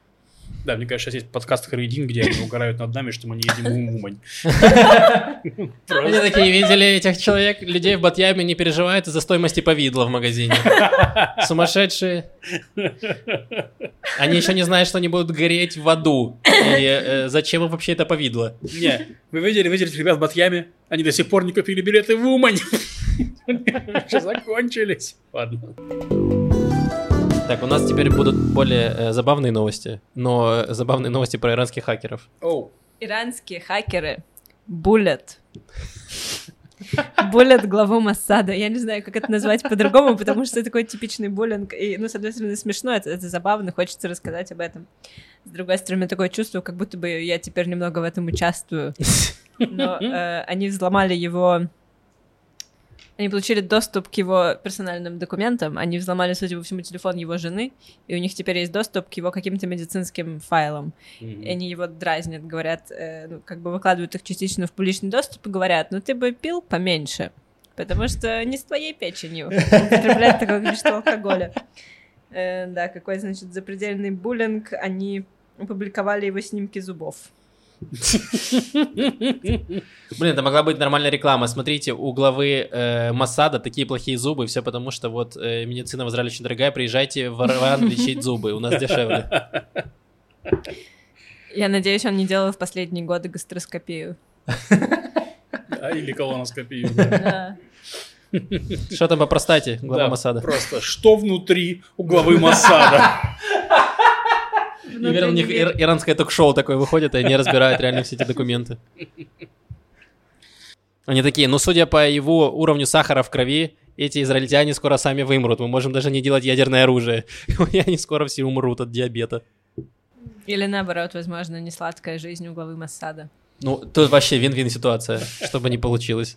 Да, мне кажется, сейчас есть подкаст Харедин, где они угорают над нами, что мы не едим умань. Они такие, видели этих человек, людей в Батьяме, не переживают из-за стоимости повидла в магазине. Сумасшедшие. Они еще не знают, что они будут гореть в аду. И зачем им вообще это повидло? Не, вы видели ребят в Батьяме? Они до сих пор не купили билеты в Умань. Уже закончились. Ладно. Так, у нас теперь будут более забавные новости, но забавные новости про иранских хакеров. Иранские хакеры булят главу Моссада. Я не знаю, как это назвать по-другому, потому что это такой типичный буллинг. И, с одной стороны, смешно, это забавно, хочется рассказать об этом. С другой стороны, такое чувство, как будто бы я теперь немного в этом участвую. Но они взломали его... Они получили доступ к его персональным документам, они взломали, судя по всему, телефон его жены, и у них теперь есть доступ к его каким-то медицинским файлам. И они его дразнят, говорят, выкладывают их частично в публичный доступ и говорят, ты бы пил поменьше, потому что не с твоей печенью употреблять такое количество алкоголя. Да, какой, значит, запредельный буллинг, они опубликовали его снимки зубов. Блин, это могла быть нормальная реклама. Смотрите, у главы Моссада такие плохие зубы, все потому что вот медицина в Израиле очень дорогая, приезжайте в Иран лечить зубы, у нас дешевле. Я надеюсь, он не делал в последние годы гастроскопию. Или колоноскопию. Что там по простате, глава Моссада? Просто, что внутри у главы Моссада? Наверное, у них иранское ток-шоу такое выходит, и они разбирают реально все эти документы. Они такие, судя по его уровню сахара в крови, эти израильтяне скоро сами вымрут. Мы можем даже не делать ядерное оружие. И они скоро все умрут от диабета. Или наоборот, возможно, не сладкая жизнь у главы Моссада. Тут вообще вин-вин ситуация, чтобы не получилось.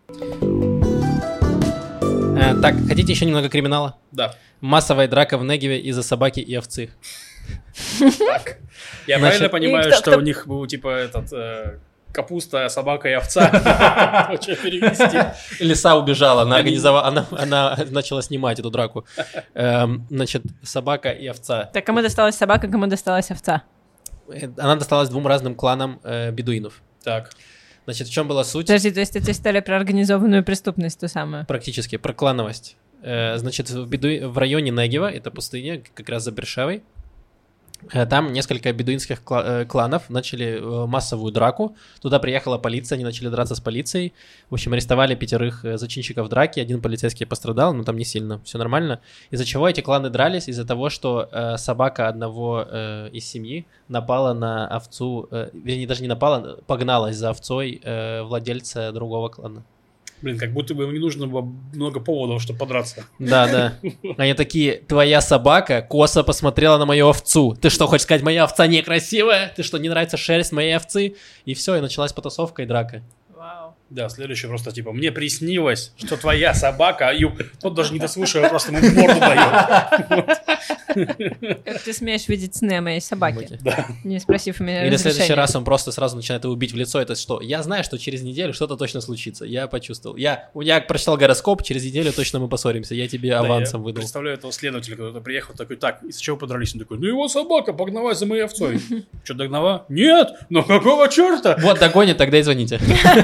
Так, хотите еще немного криминала? Да. Массовая драка в Негеве из-за собаки и овцы. Так. Я правильно понимаю, что у них был капуста, собака и овца? Что перевести? Лиса убежала, она начала снимать эту драку. Значит, собака и овца. Так кому досталась собака, кому досталась овца? Она досталась двум разным кланам бедуинов. Так. Значит, в чем была суть? Подожди, то есть это история про организованную преступность, ту самую? Практически, про клановость. Значит, в районе Негева, это пустыня, как раз за Бершевой, там несколько бедуинских кланов начали массовую драку. Туда приехала полиция, они начали драться с полицией. В общем, арестовали 5 зачинщиков драки. 1 полицейский пострадал, но там не сильно, все нормально. Из-за чего эти кланы дрались? Из-за того, что собака одного из семьи напала на овцу, вернее, даже не напала, погналась за овцой владельца другого клана. Блин, как будто бы им не нужно было много поводов, чтобы подраться. Да. Они такие, твоя собака косо посмотрела на мою овцу. Ты что, хочешь сказать, моя овца некрасивая? Ты что, не нравится шерсть моей овцы? И все, и началась потасовка и драка. Вау. Да, следующее просто мне приснилось, что твоя собака, тот даже не дослушивая, просто ему морду дает. Как ты смеешь видеть сны о моей собаке? Да. Не спросив у меня Или в разрешения. следующий раз он просто сразу начинает его убить в лицо. Это что? Я знаю, что через неделю что-то точно случится. Я почувствовал. Я прочитал гороскоп, через неделю точно мы поссоримся. Я тебе авансом выдал. Представляю этого следователя, который приехал, такой, так, из-за чего подрались? Он такой, его собака погналась за моей овцой. Что, догнала? Нет! Но какого черта? Вот, догонит, тогда и звоните.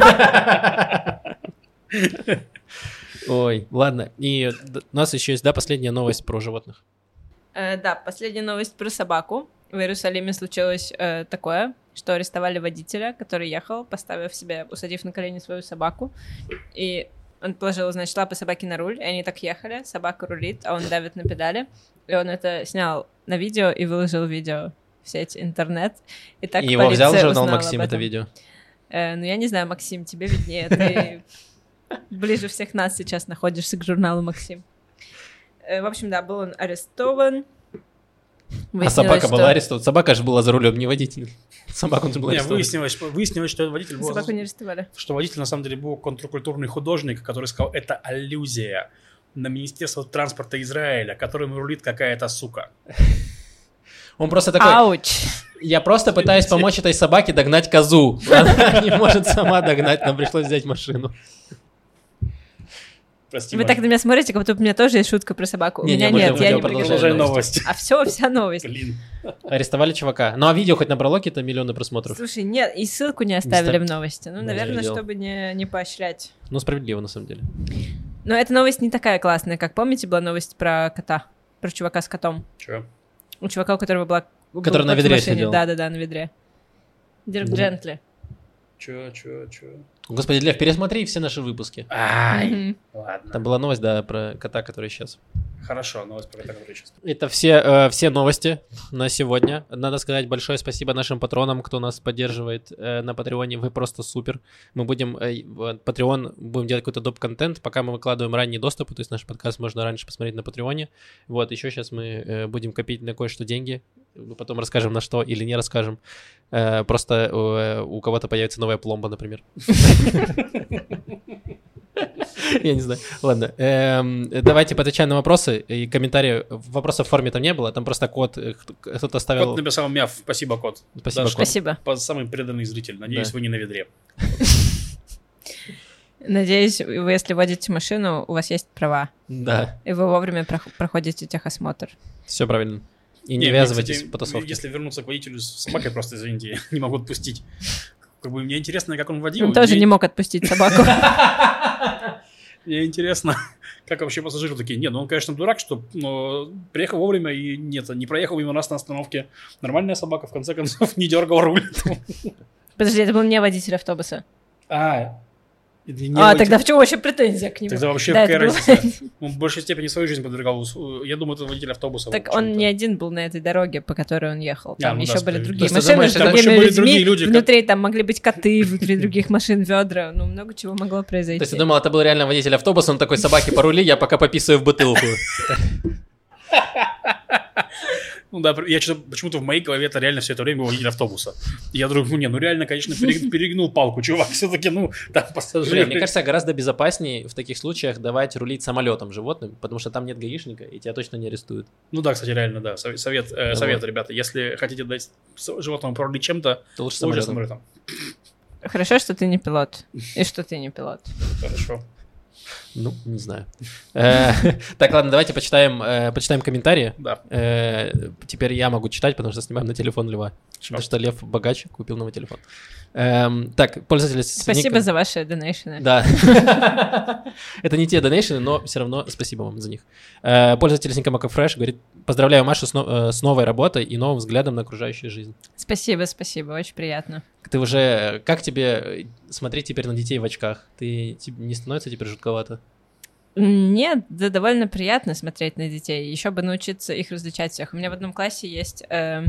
Ой, ладно. И у нас еще есть, последняя новость про животных. Да, последняя новость про собаку. В Иерусалиме случилось такое, что арестовали водителя, который ехал, усадив на колени свою собаку. И он положил, значит, лапы собаки на руль, и они так ехали, собака рулит, а он давит на педали. И он это снял на видео и выложил видео в сеть интернет. И так его взял журнал узнала Максим это видео? Я не знаю, Максим, тебе виднее. Ты ближе всех нас сейчас находишься к журналу Максим. В общем, да, был он арестован. А собака была арестована? Собака же была за рулем, не водитель. Собаку он же был арестован. Выяснилось, что водитель был... Собаку не арестовали. Что водитель на самом деле был контркультурный художник, который сказал, это аллюзия на Министерство транспорта Израиля, которым рулит какая-то сука. Он просто такой... Ауч! Я просто пытаюсь помочь этой собаке догнать козу. Она не может сама догнать, нам пришлось взять машину. Прости, Вы так на меня смотрите, как будто у меня тоже есть шутка про собаку. У меня нет, я не продолжай новость. А все, вся новость. Блин. Арестовали чувака. Ну, а видео хоть набрало какие-то миллионы просмотров? Слушай, нет, и ссылку не оставили Не в новости. Ну, Да, наверное, я видел. чтобы не поощрять. Ну, справедливо, на самом деле. Но эта новость не такая классная, как, помните, была новость про кота? Про чувака с котом. Чё? У чувака, у которого был Который на кот в ведре машине. сидел. Да, на ведре. Дирк Да. Джентли. Чё? Господи, Лев, пересмотри все наши выпуски. Ай, Мгм. ладно. Там была новость, да, про кота, который исчез. Хорошо, новость про кота, который сейчас. Это все новости на сегодня. Надо сказать большое спасибо нашим патронам, кто нас поддерживает на Патреоне. Вы просто супер. Мы будем в Patreon будем делать какой-то доп-контент, пока мы выкладываем ранние доступы, то есть наш подкаст можно раньше посмотреть на Патреоне. Вот, еще сейчас мы будем копить на кое-что деньги. Мы потом расскажем на что или не расскажем. Просто у кого-то появится новая пломба, например. Я не знаю. Ладно. Давайте поотвечаем на вопросы. И комментарии. Вопросов в форме там не было. Там просто код. Кто-то ставил. Кот написал мяв. Спасибо, кот. Спасибо, Даже кот. Спасибо. Самый преданный зритель. Надеюсь, Да. вы не на ведре. Надеюсь, вы, если водите машину, у вас есть права. Да, И вы вовремя проходите техосмотр. все правильно. И не мне, ввязывайтесь кстати, в потасовки. Если вернуться к водителю с собакой, просто, извините, я не могу отпустить. Как бы мне интересно, как он водил. Он тоже Мне- не мог отпустить собаку. Мне интересно, как вообще пассажиры такие. Не, ну он, конечно, дурак, что но приехал вовремя и нет, не проехал мимо нас на остановке. Нормальная собака, в конце концов, не дергал руль. Подожди, это был не водитель автобуса. Это не А, водитель. тогда в чем вообще претензия к нему? Тогда вообще Да, какая это был- разница? Он в большей степени свою жизнь подвергал. Я думаю, это водитель автобуса. Так в он общем-то. не один был на этой дороге, по которой он ехал. Там ну да, еще были справедливо. другие То есть ты машины думаешь, с это другими еще были людьми. другие люди, Внутри там могли быть коты, внутри других машин ведра. Ну, много чего могло произойти. То есть я думал, это был реально водитель автобуса, он такой: собаки порули, я пока пописываю в бутылку. Ну да, я что-то почему-то в моей голове это реально все это время был водитель автобуса. И я думаю, ну реально, конечно, перегнул палку, чувак, все-таки, там Блин, пассажиры. мне кажется, гораздо безопаснее в таких случаях давать рулить самолетом животным, потому что там нет гаишника, и тебя точно не арестуют. Ну да, кстати, реально, да. Совет, ребята, если хотите дать животному порулить чем-то, То лучше лучше самолетом. самолетом. Хорошо, что ты не пилот. И что ты не пилот. Хорошо. Ну, не знаю. Так, ладно, давайте почитаем комментарии. Да. Теперь я могу читать, потому что снимаем на телефон Льва. Потому что Лев богач, купил новый телефон. Так, пользователь... Спасибо за ваши донейшены. Да. Это не те донейшены, но все равно спасибо вам за них. Пользователь с ником Fresh говорит: поздравляю Машу с новой работой и новым взглядом на окружающую жизнь. Спасибо, очень приятно. Ты уже... Как тебе смотреть теперь на детей в очках? Тебе не становится теперь жутковато? Нет, да довольно приятно смотреть на детей. Еще бы научиться их различать всех. У меня в одном классе есть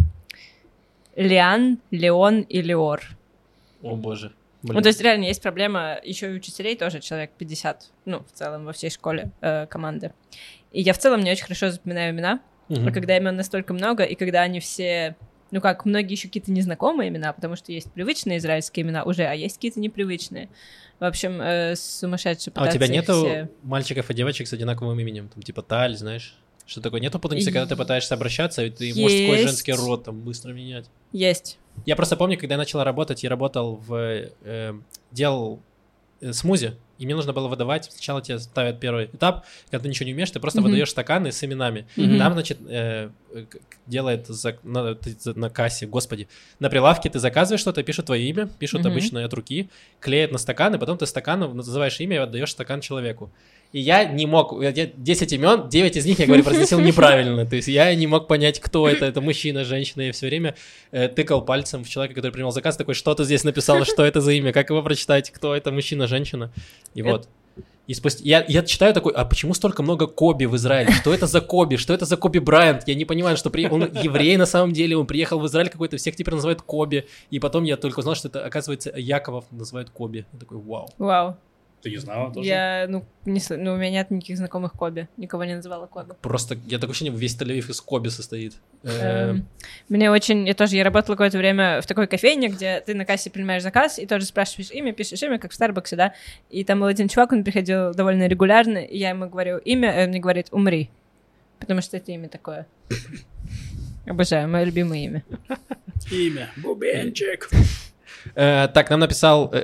Лиан, Леон и Леор. О боже. Ну, то есть реально есть проблема, еще и учителей тоже человек 50, ну, в целом во всей школе команды. И я в целом не очень хорошо запоминаю имена, Мгм. а когда имен настолько много, и когда они все, ну как, многие еще какие-то незнакомые имена, потому что есть привычные израильские имена уже, а есть какие-то непривычные. В общем, сумасшедшие А у тебя пытаться их нету все... мальчиков и девочек с одинаковым именем? Там типа Таль, знаешь? Что такое? Нету путаницы, когда ты пытаешься обращаться, и ты мужской и Есть. женский род там быстро менять? Есть. Я просто помню, когда я начала работать, я работал делал смузи, и мне нужно было выдавать. Сначала тебе ставят первый этап, когда ты ничего не умеешь, ты просто Мгм. выдаешь стаканы с именами. Мгм. Там, значит, делает на кассе, господи, на прилавке ты заказываешь что-то, пишут твое имя, пишут Мгм. обычно от руки, клеят на стаканы, потом ты стакану называешь имя и отдаешь стакан человеку. И я не мог, 10 имен, 9 из них, я говорю, произносил неправильно. То есть я не мог понять, кто это мужчина, женщина. Я все время тыкал пальцем в человека, который принимал заказ, такой: что ты здесь написал, что это за имя, как его прочитать, кто это, мужчина, женщина. И вот. И я читаю такой: а почему столько много Коби в Израиле? Что это за Коби? Что это за Коби Брайант? Я не понимаю, что он еврей на самом деле, он приехал в Израиль какой-то, всех теперь называют Коби. И потом я только узнал, что это, оказывается, Яковов называют Коби. Я такой: вау. Вау. Ты не знала тоже? Я, у меня нет никаких знакомых Коби. Никого не называла Коби. Просто, я такое ощущение, весь Тель-Авив из Коби состоит. Мне очень... Я работала какое-то время в такой кофейне, где ты на кассе принимаешь заказ и тоже спрашиваешь имя, пишешь имя, как в Старбаксе, да? И там был один чувак, он приходил довольно регулярно, и я ему говорю имя, и он мне говорит: умри. Потому что это имя такое. Обожаю, мое любимое имя. Имя. Бубенчик. Так, нам написал...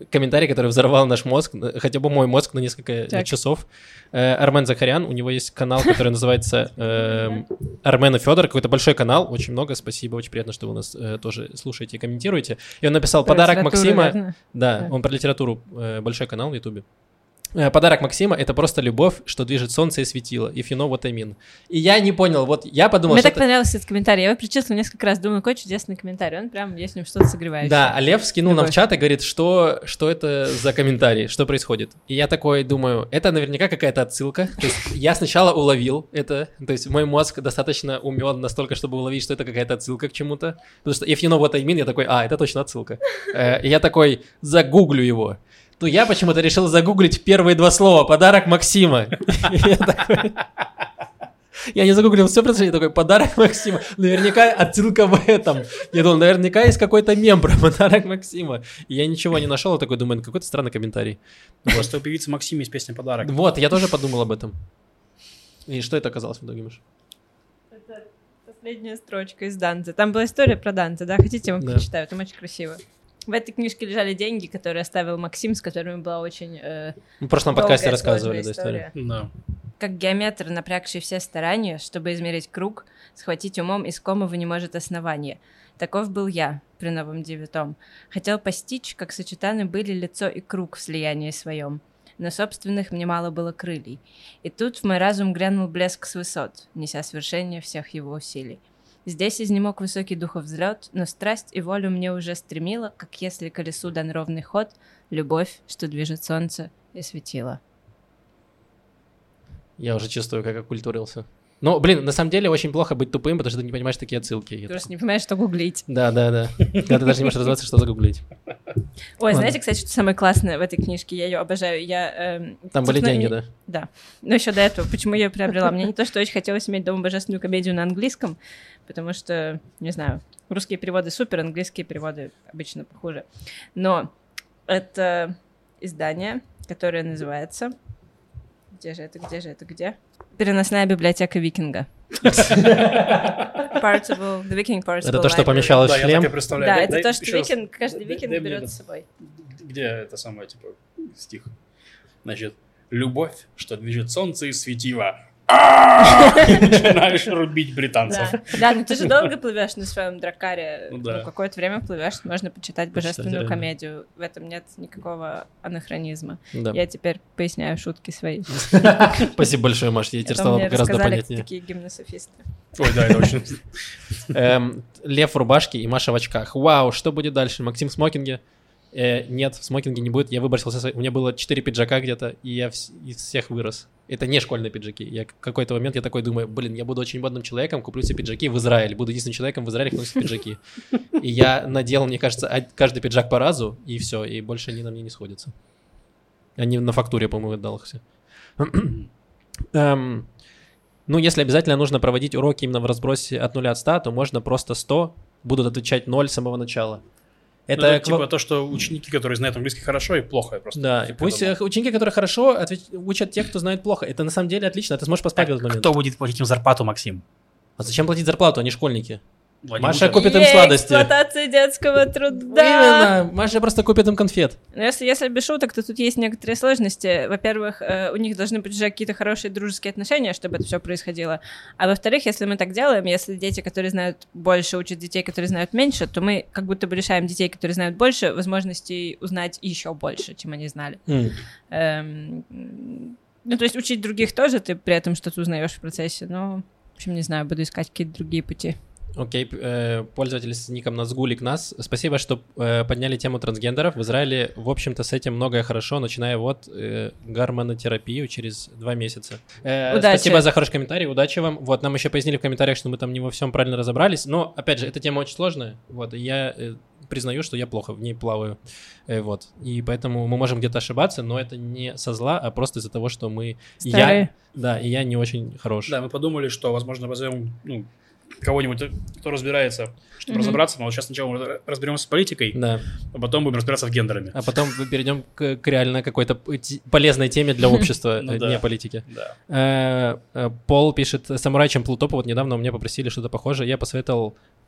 комментарий, который взорвал наш мозг, хотя бы мой мозг на несколько Так. часов. Армен Захарян, у него есть канал, который называется Армен и Федор, какой-то большой канал, очень много, спасибо, очень приятно, что вы нас тоже слушаете и комментируете. И он написал Про подарок литературу, Максима. верно? Да, Да. он про литературу, большой канал в Ютубе. Подарок Максима — это просто любовь, что движет солнце и светило. If you know what I mean. И я не понял, вот я подумал, Мне что так понравился этот комментарий. Я его перечислила несколько раз, думаю, какой чудесный комментарий. Он прям, есть в нем что-то согревающее. Да, а Лев скинул нам в Любовь. чат и говорит, что это за комментарий, что происходит. И я такой думаю, это наверняка какая-то отсылка. То есть я сначала уловил это, то есть мой мозг достаточно умен настолько, чтобы уловить, что это какая-то отсылка к чему-то. Потому что if you know what I mean, я такой, это точно отсылка. И я такой, загуглю его. Ну, я почему-то решил загуглить первые два слова «подарок Максима». Я не загуглил все процесс, я такой, подарок Максима. Наверняка отсылка в этом. Я думал, наверняка есть какой-то мем про подарок Максима. И я ничего не нашел, я такой думаю, какой-то странный комментарий. Просто у певицы Максима есть песня «Подарок». Вот, я тоже подумал об этом. И что это оказалось в итоге, Миш? Это последняя строчка из Данте. Там была история про Данте, да? Хотите, я вам Да. прочитаю? Там очень красиво. В этой книжке лежали деньги, которые оставил Максим, с которыми была очень Мы в прошлом долгая, подкасте рассказывали сложная эту историю. Да. Как геометр, напрягший все старания, чтобы измерить круг, схватить умом искомого не может основания. Таков был я при новом девятом. Хотел постичь, как сочетаны были лицо и круг в слиянии своем. Но собственных мне мало было крыльей. И тут в мой разум грянул блеск с высот, неся свершение всех его усилий. Здесь изнемог высокий духов взлет, но страсть и волю мне уже стремила, как если колесу дан ровный ход, любовь, что движет солнце и светило. Я уже чувствую, как окультурился. Ну, блин, на самом деле очень плохо быть тупым, потому что ты не понимаешь такие отсылки. Я Ты просто такой, не понимаешь, что гуглить. Да. Когда ты даже не можешь разобраться, что загуглить. Ой, Ладно. знаете, кстати, что самое классное в этой книжке? Я ее обожаю. Там были собственно, деньги, не- да? Да. Но еще до этого, почему я ее приобрела? Мне не то, что очень хотелось иметь дома божественную комедию на английском, потому что, не знаю, русские переводы супер, английские переводы обычно похуже. Но это издание, которое называется... Где же это? Переносная библиотека Викинга. The Viking Parts Это то, что помещалось Да, в я так и шлем. представляю. Да, Дай- это то, что еще раз. каждый викинг дай мне берет это. с собой. Где это самое, типа, стих? Значит, любовь, что движет солнце и светило. Начинаешь рубить британцев. Да, ну ты же долго плывешь на своем дракаре. Ну да. Ну, какое-то время плывешь, можно почитать божественную реально. комедию. В этом нет никакого анахронизма. Да. Я теперь поясняю шутки свои. Спасибо большое, Маш, я теперь Это стало мне гораздо рассказали понятнее. такие гимнософисты. Ой, да, это очень... Лев в рубашке и Маша в очках. Вау, что будет дальше? Максим в смокинге? Нет, в смокинге не будет. Я выбросил у меня было 4 пиджака где-то, и я из всех вырос. Это не школьные пиджаки. Я в какой-то момент я такой думаю, блин, я буду очень модным человеком, куплю себе пиджаки в Израиль. Буду единственным человеком в Израиле, кто носит пиджаки. И я надел, мне кажется, каждый пиджак по разу, и все, и больше они на мне не сходятся. Они на фактуре, по-моему, отдал их все. Ну, если обязательно нужно проводить уроки именно в разбросе от 0 от 100, то можно просто 100, будут отвечать 0 с самого начала. Это типа то, что ученики, которые знают английский хорошо и плохо, я просто... Да, и пусть ученики, которые хорошо, учат тех, кто знает плохо. Это на самом деле отлично, ты сможешь поспать в этот момент. Кто будет платить им зарплату, Максим? А зачем платить зарплату, они школьники? Владимир Маша Путин. купит им сладости. Эксплуатация детского труда. Именно, Маша просто купит им конфет. Но если без шуток, то тут есть некоторые сложности. Во-первых, у них должны быть уже какие-то хорошие дружеские отношения, чтобы это все происходило. А во-вторых, если мы так делаем, если дети, которые знают больше, учат детей, которые знают меньше, то мы как будто бы лишаем детей, которые знают больше, возможностей узнать еще больше, чем они знали. Ну, то есть учить других тоже, ты при этом что-то узнаешь в процессе, но, в общем, не знаю, буду искать какие-то другие пути. Окей, пользователь с ником Назгулик нас. Спасибо, что подняли тему трансгендеров. В Израиле, в общем-то, с этим многое хорошо, начиная от гормонотерапию через 2 месяца. Спасибо за хороший комментарий, удачи вам. Вот, нам еще пояснили в комментариях, что мы там не во всем правильно разобрались. Но, опять же, эта тема очень сложная. Вот, и я признаю, что я плохо в ней плаваю. Вот, и поэтому мы можем где-то ошибаться, но это не со зла, а просто из-за того, что мы... Старые. И я не очень хорош. Да, мы подумали, что, возможно, позовем кого-нибудь, кто разбирается, чтобы разобраться, но вот сейчас сначала мы разберемся с политикой, Да. а потом будем разбираться в гендерами. А потом перейдем к реально какой-то полезной теме для общества, Ну да. не политики. Да. Пол пишет, самурай Чамплу топу. Вот недавно у меня попросили что-то похожее. Я посоветовал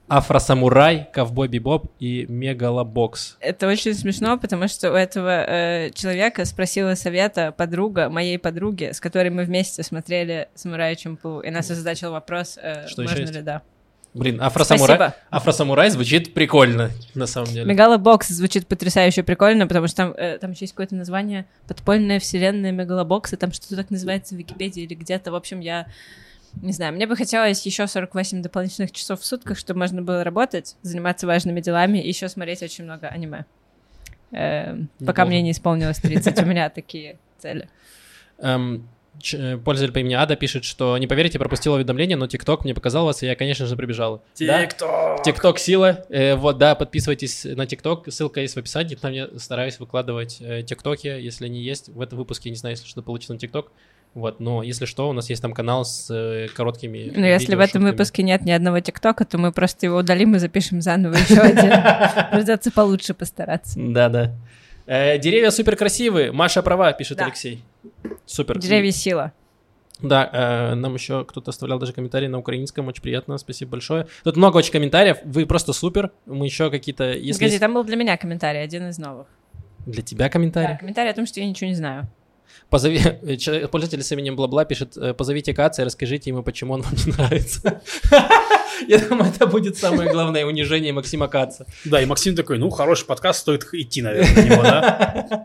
Афросамурай, Ковбой Бибоп и Мегалобокс. Это очень смешно, потому что у этого человека спросила совета подруга моей подруги, с которой мы вместе смотрели «Самурая Чамплу», и нас озадачил вопрос, Что можно еще есть? ли, да. Блин, Спасибо. Афросамурай звучит прикольно, на самом деле. Мегалобокс звучит потрясающе прикольно, потому что там еще есть какое-то название «Подпольная вселенная Мегалобокса», там что-то так называется в Википедии или где-то. В общем, я не знаю, мне бы хотелось еще 48 дополнительных часов в сутках, чтобы можно было работать, заниматься важными делами и еще смотреть очень много аниме. Пока мне не исполнилось 30, у меня такие цели. Пользователь по имени Ада пишет, что не поверите, пропустил уведомление, но ТикТок мне показал вас, и я, конечно же, прибежала. ТикТок! ТикТок сила. Вот, да, подписывайтесь на ТикТок, ссылка есть в описании, там я стараюсь выкладывать ТикТоки, если они есть. В этом выпуске, не знаю, если что получится на ТикТок. Вот, но если что, у нас есть там канал с короткими. Но если в этом выпуске нет ни одного ТикТока, то мы просто его удалим и запишем заново еще один. Придется получше постараться. Да. Деревья супер красивые. Маша права, пишет Да. Алексей. Супер. Деревья сила. Да, нам еще кто-то оставлял даже комментарии на украинском, очень приятно, спасибо большое. Тут много очень комментариев, вы просто супер. Мы еще какие-то... Погоди, там был для меня комментарий, один из новых. Для тебя комментарий? Да, комментарий о том, что я ничего не знаю. Пользователь с именем Бла-Бла пишет: позовите Каца и расскажите ему, почему он вам не нравится. Я думаю, это будет самое главное унижение Максима Каца. Да, и Максим такой, ну, хороший подкаст, стоит идти, наверное, на него, да?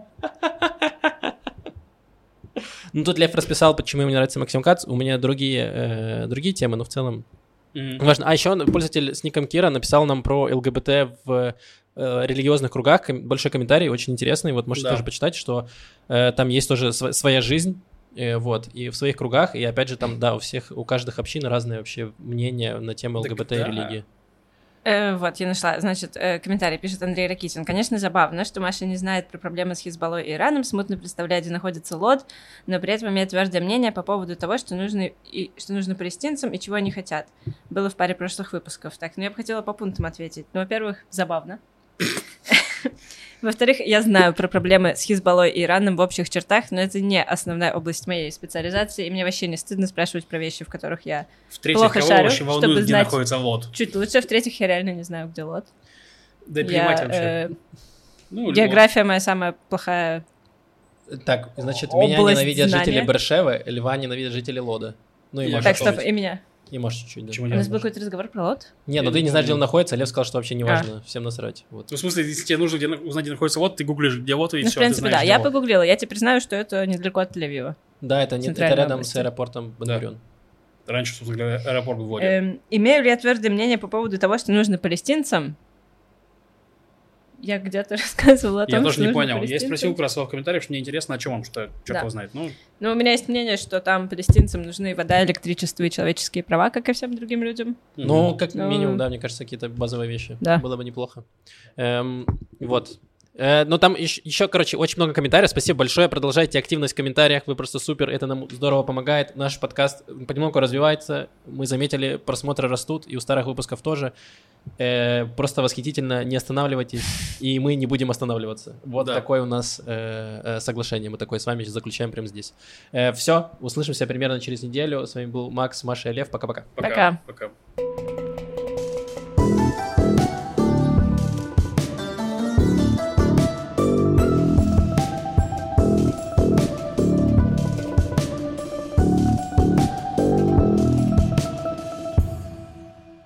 Ну, тут Лев расписал, почему ему не нравится Максим Кац. У меня другие темы, но в целом важно. А еще пользователь с ником Кира написал нам про ЛГБТ в религиозных кругах. Большой комментарий, очень интересный. Вот можете тоже почитать, что там есть тоже своя жизнь. Вот, и в своих кругах, и опять же там, да, у каждых общин разные вообще мнения на тему ЛГБТ и религии. Вот, я нашла. Значит, комментарий пишет Андрей Ракитин. Конечно, забавно, что Маша не знает про проблемы с Хизбаллой и Ираном, смутно представляет, где находится Лод, но при этом имеет твердое мнение по поводу того, что нужно палестинцам и чего они хотят. Было в паре прошлых выпусков. Так, ну я бы хотела по пунктам ответить. Ну, во-первых, забавно. Во-вторых, я знаю про проблемы с Хизбаллой и Ираном в общих чертах, но это не основная область моей специализации, и мне вообще не стыдно спрашивать про вещи, в которых я плохо шарю, чтобы где знать находится Лод? Чуть лучше. В-третьих, я реально не знаю, где Лод. Да плевать вообще. География моя самая плохая. Так, значит, меня ненавидят жители Бершевы, Льва ненавидят жители Лода. Ну и Маша. Так, стоп, и меня. И можешь чуть-чуть. У нас был какой-то разговор про Лод? Не, ну ты не знаешь, где он находится, а Лев сказал, что вообще не важно, всем насрать. Вот. Ну, в смысле, если тебе нужно узнать, где находится Лод, ты гуглишь, где Лод, и ну, все, в принципе, ты знаешь, да, я погуглила, я теперь знаю, что это недалеко от Тель-Авива. Да, это рядом с аэропортом Бен-Гурион. Раньше, собственно говоря, аэропорт в Лоде. Имею ли я твердое мнение по поводу того, что нужно палестинцам? Я где-то рассказывала о том, я тоже что не нужно понял. Я палестинцам. спросил как раз в комментариях, что мне интересно, о чем он, что черт его знает. Ну, у меня есть мнение, что там палестинцам нужны вода, электричество и человеческие права, как и всем другим людям. Ну, как минимум, да, мне кажется, какие-то базовые вещи. Да. Было бы неплохо. Вот. Но там еще, короче, очень много комментариев. Спасибо большое. Продолжайте активность в комментариях. Вы просто супер. Это нам здорово помогает. Наш подкаст понемногу развивается. Мы заметили, просмотры растут. И у старых выпусков тоже. Просто восхитительно. Не останавливайтесь. И мы не будем останавливаться. Вот такое у нас соглашение. Мы такое с вами заключаем прямо здесь. Все. Услышимся примерно через неделю. С вами был Макс, Маша и Лев. Пока-пока. Пока. Пока.